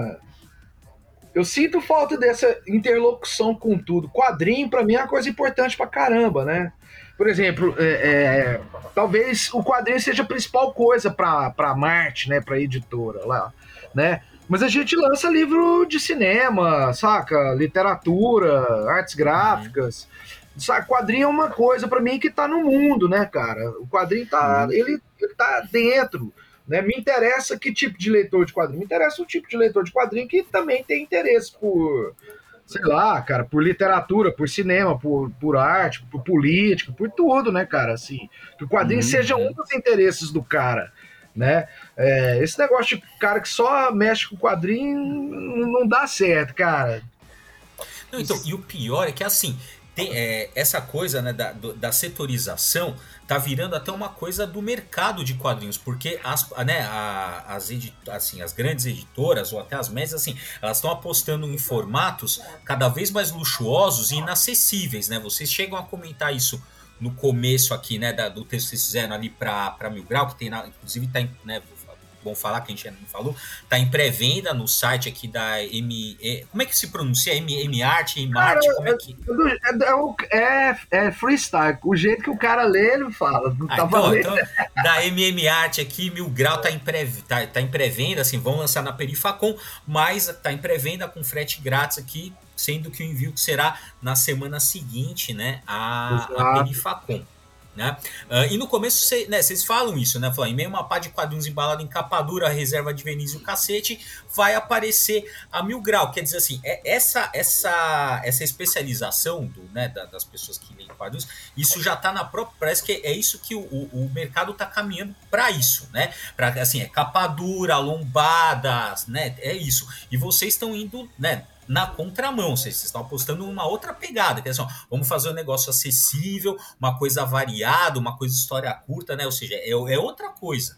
eu sinto falta dessa interlocução com tudo. Quadrinho, pra mim, é uma coisa importante pra caramba, né? Por exemplo, é, é, talvez o quadrinho seja a principal coisa pra, pra Marte, né? Pra editora lá, né? Mas a gente lança livro de cinema, saca? Literatura, artes gráficas. Saca? Quadrinho é uma coisa pra mim que tá no mundo, né, cara? O quadrinho tá, Uhum. ele, ele tá dentro. Né? Me interessa que tipo de leitor de quadrinho? Me interessa um tipo de leitor de quadrinho que também tem interesse por, sei lá, cara, por literatura, por cinema, por, por arte, por política, por tudo, né, cara? Assim, que o quadrinho Uhum. seja um dos interesses do cara, né? É, esse negócio de cara que só mexe com quadrinho não dá certo, cara. Não, então, e o pior é que assim, tem, é, essa coisa, né, da, do- da setorização tá virando até uma coisa do mercado de quadrinhos, porque as, né, a- as, edi- assim, as grandes editoras ou até as médias, assim, elas estão apostando em formatos cada vez mais luxuosos e inacessíveis, né? Vocês chegam a comentar isso no começo aqui, né, da- do texto que vocês fizeram ali para Mil Grau, que tem, na, inclusive tá em, né, bom falar que a gente ainda não falou, tá em pré-venda no site aqui da M... E- como é que se pronuncia? M, M Art, M Cara, Art, como é que... é, é, o- é, é freestyle. O jeito que o cara lê, ele fala. Não Ah, tá então, ó, valendo. então, da M M Art aqui, Mil Grau tá em pré, tá, tá em pré-venda, assim, vão lançar na Perifacom, mas tá em pré-venda com frete grátis aqui, sendo que o envio será na semana seguinte, né, a, a Exato. Perifacom. Né? Uh, e no começo cê, né, vocês falam isso, né? Falam, em meio a uma pá de quadrinhos embalado em capa dura, a reserva de verniz e o cacete, vai aparecer a Mil Grau. Quer dizer assim, é essa essa essa especialização do, né, da, das pessoas que leem quadrinhos, isso já tá na própria. Parece que é isso que o, o, o mercado tá caminhando para isso, né? Para assim, é capa dura, lombadas, né? É isso. E vocês estão indo, né? Na contramão, vocês estão apostando numa outra pegada, que é assim, ó, vamos fazer um negócio acessível, uma coisa variada, uma coisa história curta, né? Ou seja, é, é outra coisa.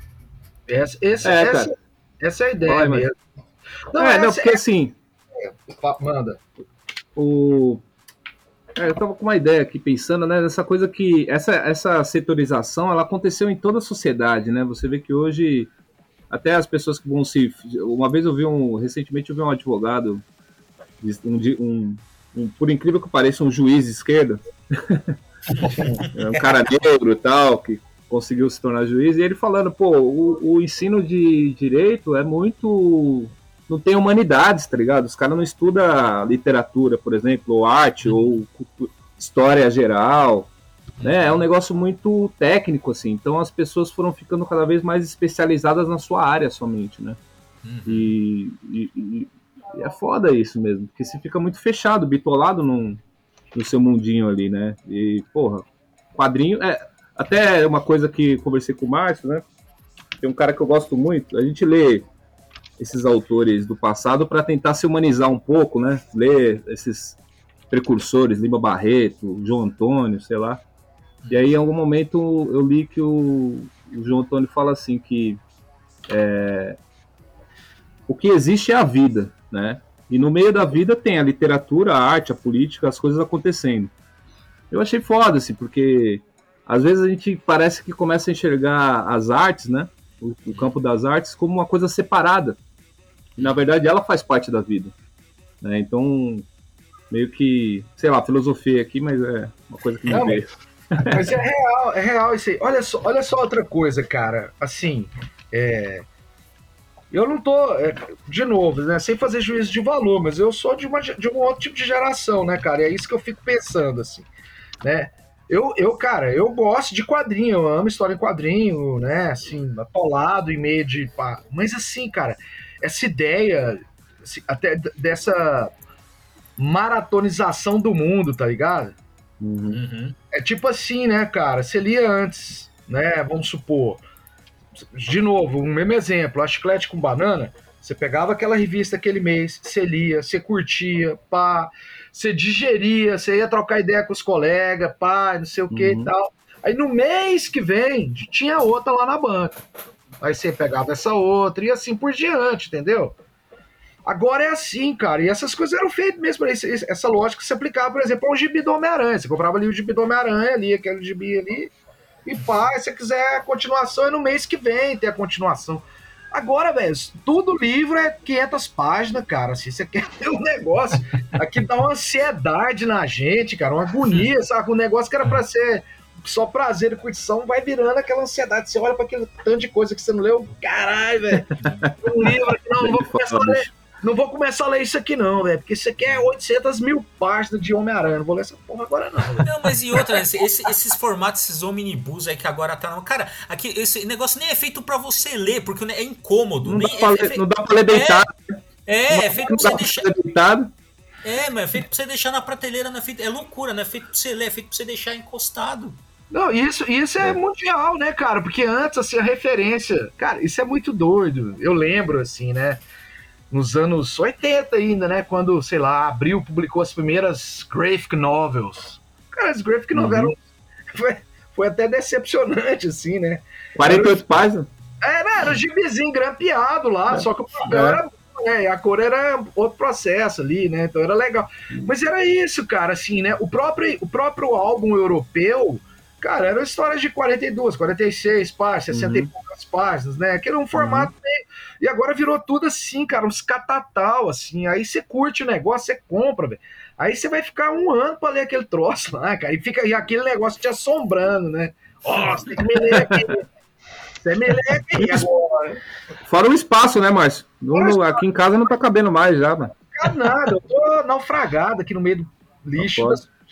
Essa, essa, É, essa, cara. essa é a ideia Vai, mas- mesmo. Não, é, não, essa, porque assim, é- manda. o... é, eu tava com uma ideia aqui pensando, né, nessa coisa que essa, essa setorização, ela aconteceu em toda a sociedade, né? Você vê que hoje até as pessoas que vão se... Uma vez eu vi um... Recentemente eu vi um advogado, um, um, um, por incrível que pareça, um juiz de esquerda, um cara negro e tal, que conseguiu se tornar juiz, e ele falando, pô, o, o ensino de direito é muito... Não tem humanidades, tá ligado? Os caras não estudam literatura, por exemplo, ou arte, ou cultura, história geral, né? É um negócio muito técnico, assim. Então as pessoas foram ficando cada vez mais especializadas na sua área somente, né? Uhum. E, e, e, e é foda isso mesmo, porque você fica muito fechado, bitolado num, no seu mundinho ali, né? E, porra, quadrinho... É, até uma coisa que conversei com o Márcio, né? Tem um cara que eu gosto muito, a gente lê esses autores do passado para tentar se humanizar um pouco, né? Ler esses precursores, Lima Barreto, João Antônio, sei lá. E aí, em algum momento, eu li que o, o João Antônio fala assim que é, o que existe é a vida, né? E no meio da vida tem a literatura, a arte, a política, as coisas acontecendo. Eu achei foda, assim, porque às vezes a gente parece que começa a enxergar as artes, né? O, o campo das artes como uma coisa separada. E, na verdade, ela faz parte da vida, né? Então, meio que, sei lá, filosofia aqui, mas é uma coisa que me Não, veio. Mas é real, é real isso aí. Olha só, olha só outra coisa, cara. Assim, é, eu não tô, é, de novo, né, sem fazer juízo de valor, mas eu sou de, uma, de um outro tipo de geração, né, cara? E é isso que eu fico pensando, assim, né? Eu, eu, cara, eu gosto de quadrinho, eu amo história em quadrinho, né? Assim, atolado em meio de. Pá. Mas assim, cara, essa ideia, assim, até d- dessa maratonização do mundo, tá ligado? Uhum. Uhum. É tipo assim, né, cara? Você lia antes, né? Vamos supor. De novo, um mesmo exemplo, a Chiclete com Banana. Você pegava aquela revista aquele mês, você lia, você curtia, pá, você digeria, você ia trocar ideia com os colegas, pá, não sei o que Uhum. e tal. Aí no mês que vem, tinha outra lá na banca. Aí você pegava essa outra e assim por diante, entendeu? Agora é assim, cara, e essas coisas eram feitas mesmo, essa lógica se aplicava, por exemplo, ao gibi do Homem-Aranha. Você comprava ali o gibi do Homem-Aranha ali, aquele gibi ali, e pá, se você quiser a continuação, é no mês que vem tem a continuação. Agora, velho, tudo livro é quinhentas páginas, cara. Se você quer ter um negócio, aqui dá uma ansiedade na gente, cara, uma agonia, sabe? Um negócio que era pra ser só prazer e curtição, vai virando aquela ansiedade. Você olha pra aquele tanto de coisa que você não leu, caralho, velho. Um livro aqui, não, não vou começar a ler. Não vou começar a ler isso aqui não, velho, porque isso aqui é oitocentas mil páginas de Homem-Aranha, não vou ler essa porra agora não, véio. Não, mas e outra, esse, esses formatos, esses omnibus aí que agora tá... Não, cara, aqui, esse negócio nem é feito pra você ler, porque é incômodo. Não, nem, dá, pra é, ler, é feito, não dá pra ler deitado. É, é, é feito pra você deixar... Deitado. É, mas é feito pra você deixar na prateleira, não é, feito, é loucura, não é feito pra você ler, é feito pra você deixar encostado. Não, isso, isso é, é mundial, né, cara, porque antes, assim, a referência... Cara, isso é muito doido, eu lembro, assim, né, nos anos oitenta ainda, né? Quando, sei lá, Abril publicou as primeiras graphic novels. Cara, as graphic uhum. novels foi, foi até decepcionante, assim, né? quarenta e oito páginas? É, né? Era um gibizinho grampeado lá, é. Só que o papel é. era bom, né? A cor era outro processo ali, né? Então era legal. Mas era isso, cara, assim, né? O próprio, o próprio álbum europeu, cara, eram histórias de quarenta e duas, quarenta e seis páginas, sessenta uhum. e poucas páginas, né? Que era um formato uhum. meio... E agora virou tudo assim, cara, uns catatal, assim. Aí você curte o negócio, você compra, velho. Aí você vai ficar um ano pra ler aquele troço lá, cara. E fica e aquele negócio te assombrando, né? Ó, oh, você tem que me ler aqui. Você me lê aqui agora. Fora o espaço, né, Márcio? No, aqui em casa não tá cabendo mais já, mano. Não nada, eu tô naufragado aqui no meio do lixo.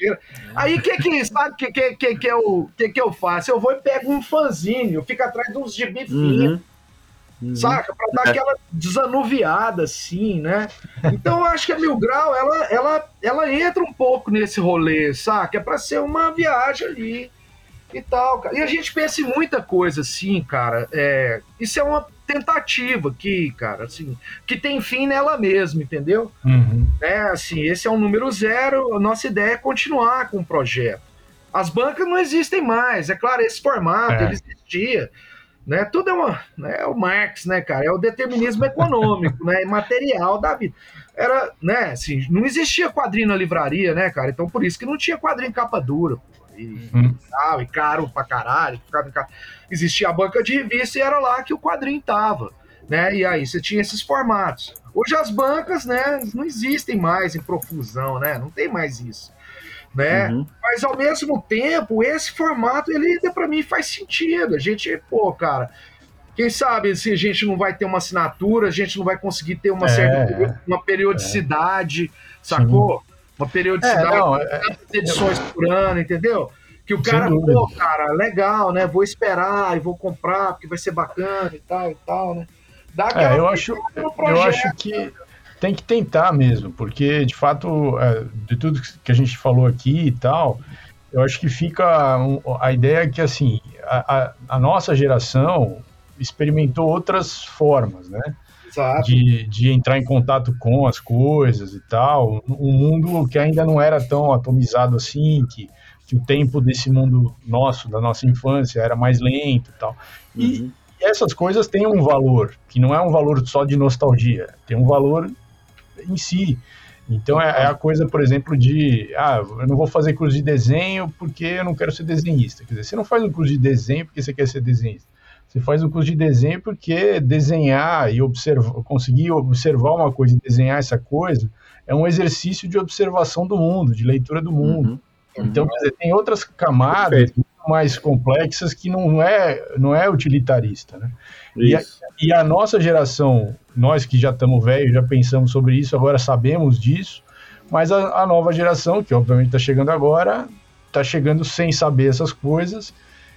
Aí o que que, sabe, que, que, que, que, eu, que que eu faço? Eu vou e pego um fanzinho, fico atrás de uns gibi finos. Uhum. Uhum. Saca? Pra dar aquela desanuviada, assim, né? Então eu acho que a Mil Grau, ela, ela, ela entra um pouco nesse rolê, saca? É pra ser uma viagem ali e tal, cara. E a gente pensa em muita coisa, assim, cara. É, isso é uma tentativa aqui, cara, assim, que tem fim nela mesma, entendeu? Uhum. É, assim, esse é o número zero, a nossa ideia é continuar com o projeto. As bancas não existem mais, é claro, esse formato, é. ele existia. Né, tudo é, uma, né, é o Marx, né, cara? É o determinismo econômico, né? Material da vida. Era, né, assim, não existia quadrinho na livraria, né, cara? Então por isso que não tinha quadrinho em capa dura, pô. E, hum. e caro pra caralho. Ficava, existia a banca de revista e era lá que o quadrinho tava, né? E aí você tinha esses formatos. Hoje as bancas, né, não existem mais em profusão, né? Não tem mais isso. Né? Uhum. Mas ao mesmo tempo, esse formato, ele ainda pra mim faz sentido. A gente, pô, cara, quem sabe se a gente não vai ter uma assinatura, a gente não vai conseguir ter uma é, certa uma periodicidade, é. sacou? Sim. Uma periodicidade, é, não, é, edições é, por ano, entendeu? Que o cara, pô, cara, legal, né? Vou esperar e vou comprar, porque vai ser bacana e tal e tal, né? Dá é, eu acho, eu acho que tem que tentar mesmo, porque de fato, de tudo que a gente falou aqui e tal, eu acho que fica a ideia que assim, a, a nossa geração experimentou outras formas, né? De, de entrar em contato com as coisas e tal, um mundo que ainda não era tão atomizado assim, que, que o tempo desse mundo nosso, da nossa infância, era mais lento e tal. E, uhum. e essas coisas têm um valor, que não é um valor só de nostalgia, tem um valor em si. Então é, é a coisa, por exemplo, de ah, eu não vou fazer curso de desenho porque eu não quero ser desenhista. Quer dizer, você não faz um curso de desenho porque você quer ser desenhista. Você faz um curso de desenho porque desenhar e observar, conseguir observar uma coisa e desenhar essa coisa é um exercício de observação do mundo, de leitura do mundo. Uhum. Então, quer dizer, tem outras camadas muito mais complexas que não é, não é utilitarista, né? E a, e a nossa geração, nós que já estamos velhos, já pensamos sobre isso, agora sabemos disso, mas a, a nova geração, que obviamente está chegando agora, está chegando sem saber essas coisas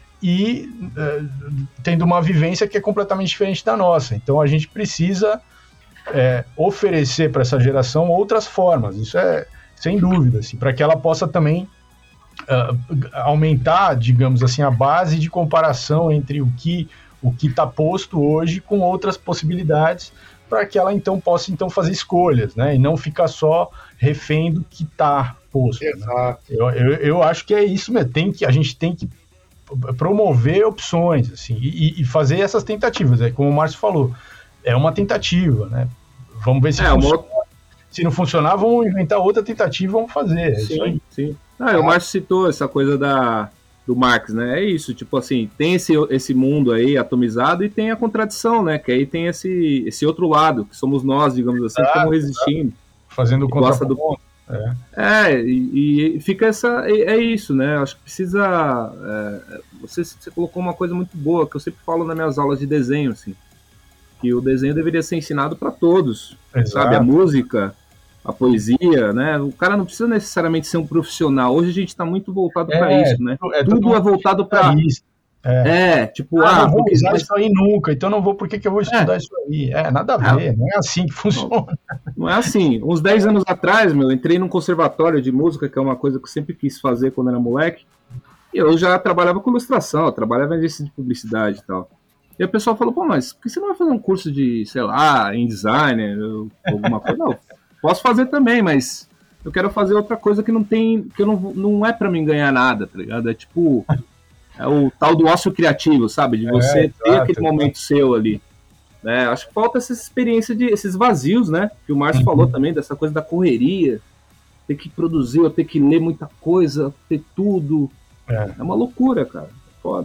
e uh, tendo uma vivência que é completamente diferente da nossa. Então a gente precisa é, oferecer para essa geração outras formas, isso é sem dúvida, assim, para que ela possa também uh, aumentar, digamos assim, a base de comparação entre o que o que está posto hoje com outras possibilidades, para que ela então possa então fazer escolhas, né? E não ficar só refém do que está posto. Exato. Né? Eu, eu, eu acho que é isso mesmo. Tem que, a gente tem que promover opções, assim, e, e fazer essas tentativas. É como o Márcio falou, é uma tentativa, né? Vamos ver se É, funciona. uma... Se não funcionar, vamos inventar outra tentativa, vamos fazer. É sim, isso aí. sim. Ah, o Márcio citou essa coisa da, do Marx, né? É isso, tipo assim, tem esse, esse mundo aí atomizado e tem a contradição, né? Que aí tem esse, esse outro lado, que somos nós, digamos assim, que estamos resistindo. Fazendo o gosta do É, é e, e fica essa. É, é isso, né? Acho que precisa. É, você, você colocou uma coisa muito boa, que eu sempre falo nas minhas aulas de desenho, assim. Que o desenho deveria ser ensinado para todos. Exato. Sabe? A música, a poesia, né? O cara não precisa necessariamente ser um profissional. Hoje a gente está muito voltado É, para isso, né? é Tudo todo é voltado para. isso. É. É, tipo, Ah, ah, não vou porque, usar mas, isso aí nunca, então não vou, por que, que eu vou estudar É. isso aí? É, nada a ver, não é assim que funciona. não é assim. Uns dez anos atrás, meu, eu entrei num conservatório de música, que é uma coisa que eu sempre quis fazer quando era moleque. E eu já trabalhava com ilustração, eu trabalhava em agência de publicidade e tal. E o pessoal falou, pô, mas por que você não vai fazer um curso de, sei lá, em design, ou alguma coisa? Não, posso fazer também, mas eu quero fazer outra coisa que não tem, que eu não, não é pra mim ganhar nada, tá ligado? É tipo, é o tal do ócio criativo, sabe? De você É, ter exato, aquele momento seu ali. Né? Acho que falta essa experiência, de esses vazios, né? Que o Márcio Uhum. falou também, dessa coisa da correria, ter que produzir, ou ter que ler muita coisa, ter tudo. É. É uma loucura, cara. Foda.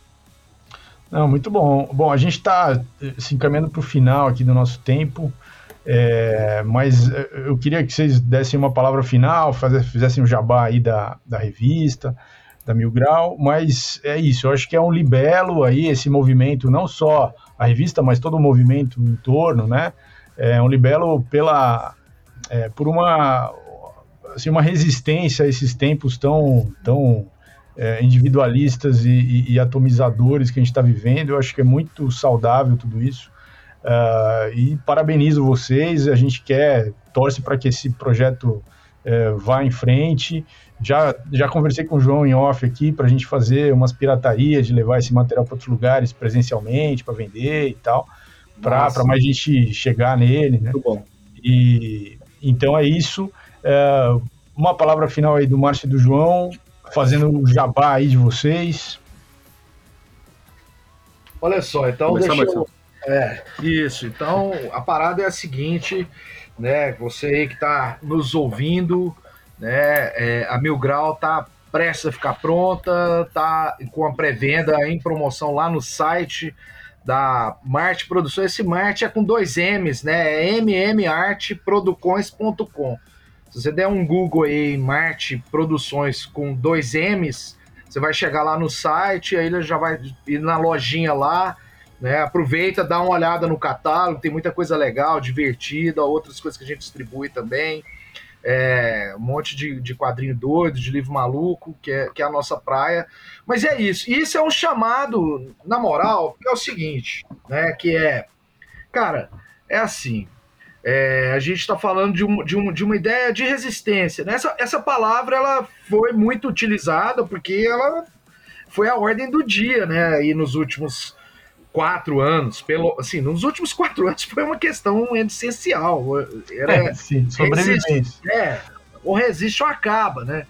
Não, muito bom. Bom, a gente está se encaminhando para o final aqui do nosso tempo, é, mas eu queria que vocês dessem uma palavra final, fazer, fizessem o jabá aí da, da revista, da Mil Grau, mas é isso, eu acho que é um libelo aí, esse movimento, não só a revista, mas todo o movimento em torno, né? É um libelo pela, é, por uma, assim, uma resistência a esses tempos tão... tão É, individualistas e, e, e atomizadores que a gente está vivendo. Eu acho que é muito saudável tudo isso. Uh, e parabenizo vocês. A gente quer, torce para que esse projeto uh, vá em frente. Já, já conversei com o João em off aqui para a gente fazer umas piratarias de levar esse material para outros lugares presencialmente, para vender e tal, para mais gente chegar nele, né? Muito bom. E, então é isso. Uh, uma palavra final aí do Márcio e do João, fazendo o jabá aí de vocês. Olha só, então Começar, deixa eu... Marcelo. É, isso. Então, a parada é a seguinte, né? Você aí que está nos ouvindo, né? É, a Mil Grau tá prestes a ficar pronta, tá com a pré-venda em promoção lá no site da Marte Produções. Esse Marte é com dois M's, né? É m m arte produções ponto com. Se você der um Google aí em Marte Produções com dois M's, você vai chegar lá no site, aí ele já vai ir na lojinha lá, né? Aproveita, dá uma olhada no catálogo, tem muita coisa legal, divertida, outras coisas que a gente distribui também. É, um monte de, de quadrinho doido, de livro maluco, que é, que é a nossa praia. Mas é isso. E isso é um chamado, na moral, que é o seguinte, né? Que é, cara, é assim... É, a gente está falando de, um, de, um, de uma ideia de resistência. Né? Essa, essa palavra ela foi muito utilizada porque ela foi a ordem do dia, né? E nos últimos quatro anos, pelo, assim, nos últimos quatro anos foi uma questão essencial. Era, É, sim, sobrevivência. É, ou resiste ou acaba, né?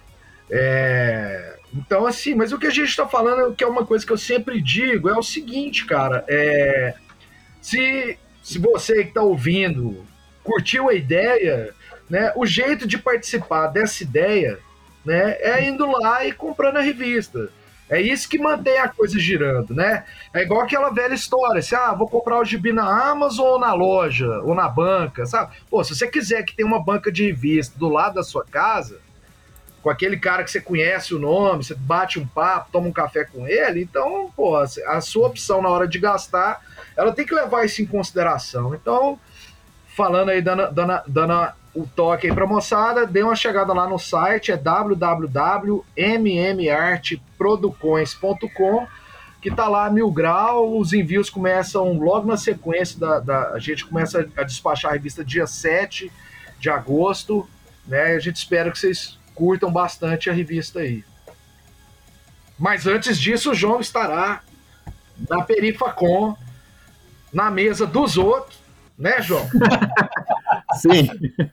É, então, assim, mas o que a gente está falando, que é uma coisa que eu sempre digo, é o seguinte, cara, é, se... Se você que está ouvindo curtiu a ideia, né, o jeito de participar dessa ideia, né, é indo lá e comprando a revista. É isso que mantém a coisa girando, né? É igual aquela velha história, assim, ah, vou comprar o gibi na Amazon ou na loja, ou na banca, sabe? Pô, se você quiser que tenha uma banca de revista do lado da sua casa, com aquele cara que você conhece o nome, você bate um papo, toma um café com ele, então, pô, a sua opção na hora de gastar, ela tem que levar isso em consideração. Então, falando aí, dando, dando, dando o toque aí pra moçada, dê uma chegada lá no site, é w w w ponto m m arte produções ponto com, que tá lá Mil Grau, os envios começam logo na sequência, da, da, a gente começa a despachar a revista dia sete de agosto, né? A gente espera que vocês curtam bastante a revista aí. Mas antes disso, o João estará na Perifacon, na mesa dos outros, né, João? Sim.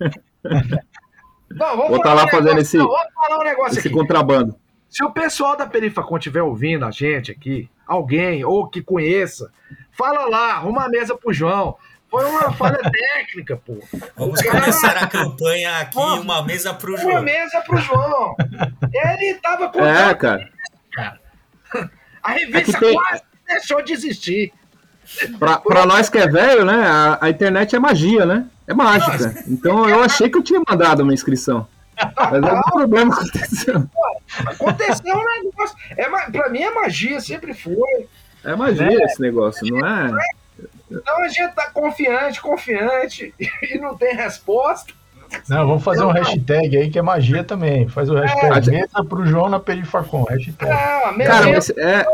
Não, vamos Vou estar falar lá um fazendo negócio, esse, não, vamos falar um negócio esse aqui. contrabando. Se o pessoal da Perifacon estiver ouvindo a gente aqui, alguém ou que conheça, fala lá, arruma a mesa pro João. Foi uma falha técnica, pô. Vamos O cara- começar a campanha aqui, Nossa, uma mesa pro Uma João. mesa pro João. Ele tava com É, cara. a revista É que tem- quase deixou de existir. Pra, pra nós que é velho, né? A, a internet é magia, né? É mágica. Então eu achei que eu tinha mandado uma inscrição. Mas algum problema aconteceu. Aconteceu um negócio. É, ma- pra mim é magia, sempre foi. É magia esse negócio, não é? Então a gente tá confiante, confiante, e não tem resposta. Não, vamos fazer um hashtag aí que é magia também. Faz o hashtag É. mesa pro João na Perifacon. Hashtag. É, a Cara, mesa- mas é,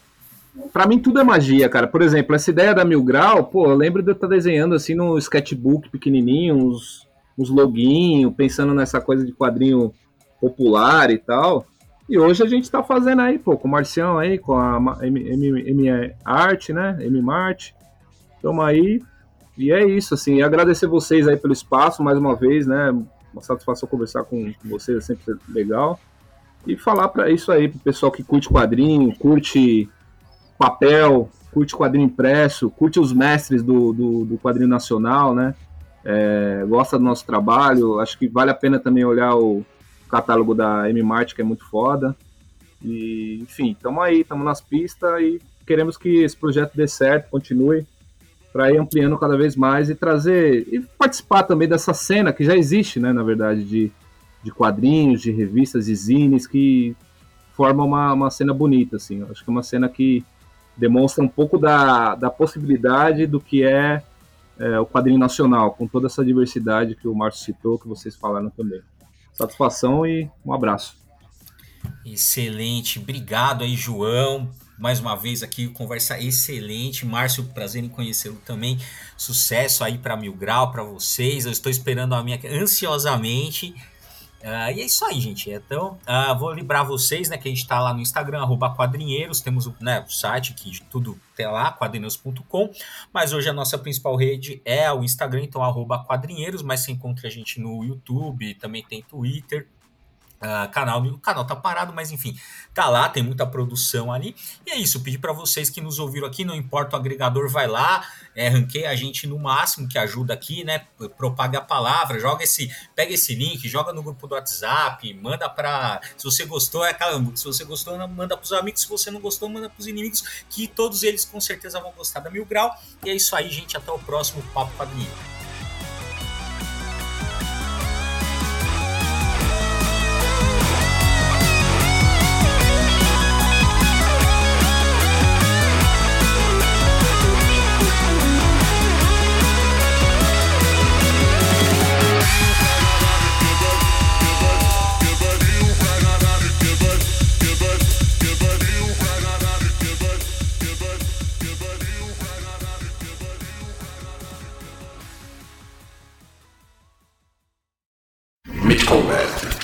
pra mim tudo é magia, cara. Por exemplo, essa ideia da Mil Grau, pô, eu lembro de eu estar desenhando assim no sketchbook pequenininho, uns, uns loguinhos, pensando nessa coisa de quadrinho popular e tal. E hoje a gente tá fazendo aí, pô, com o Marcião aí, com a Ma- M, M, M Art, né? M Mart. Tamo aí. E é isso, assim. E agradecer vocês aí pelo espaço, mais uma vez, né? Uma satisfação conversar com, com vocês, é sempre legal. E falar para isso aí, pro pessoal que curte quadrinho, curte papel, curte quadrinho impresso, curte os mestres do, do, do quadrinho nacional, né? É, gosta do nosso trabalho. Acho que vale a pena também olhar o catálogo da M Mart, que é muito foda. E, enfim, estamos aí, estamos nas pistas e queremos que esse projeto dê certo, continue, para ir ampliando cada vez mais e trazer, e participar também dessa cena que já existe, né, na verdade, de, de quadrinhos, de revistas e zines que formam uma, uma cena bonita, assim. Eu acho que é uma cena que demonstra um pouco da, da possibilidade do que é, é o quadrinho nacional, com toda essa diversidade que o Márcio citou, que vocês falaram também. Satisfação e um abraço. Excelente, obrigado aí, João. Mais uma vez aqui, conversa excelente. Márcio, prazer em conhecê-lo também. Sucesso aí para Mil Grau, para vocês. Eu estou esperando a minha ansiosamente. Uh, e é isso aí, gente. Então, uh, vou lembrar vocês, né, que a gente está lá no Instagram, arroba quadrinheiros. Temos o, né, o site que tudo tem lá, quadrinheiros ponto com. Mas hoje a nossa principal rede é o Instagram, então arroba quadrinheiros. Mas você encontra a gente no YouTube, também tem Twitter. Uh, canal, o canal tá parado, mas enfim, tá lá, tem muita produção ali. E é isso, pedir para vocês que nos ouviram aqui, não importa o agregador, vai lá, é, ranqueia a gente no máximo, que ajuda aqui, né? Propaga a palavra, joga esse, pega esse link, joga no grupo do WhatsApp, manda para, se você gostou, é aquela, se você gostou, manda pros amigos, se você não gostou, manda pros inimigos, que todos eles com certeza vão gostar da Mil Grau. E é isso aí, gente, até o próximo Papo Quadrinheiro. Mid Combat.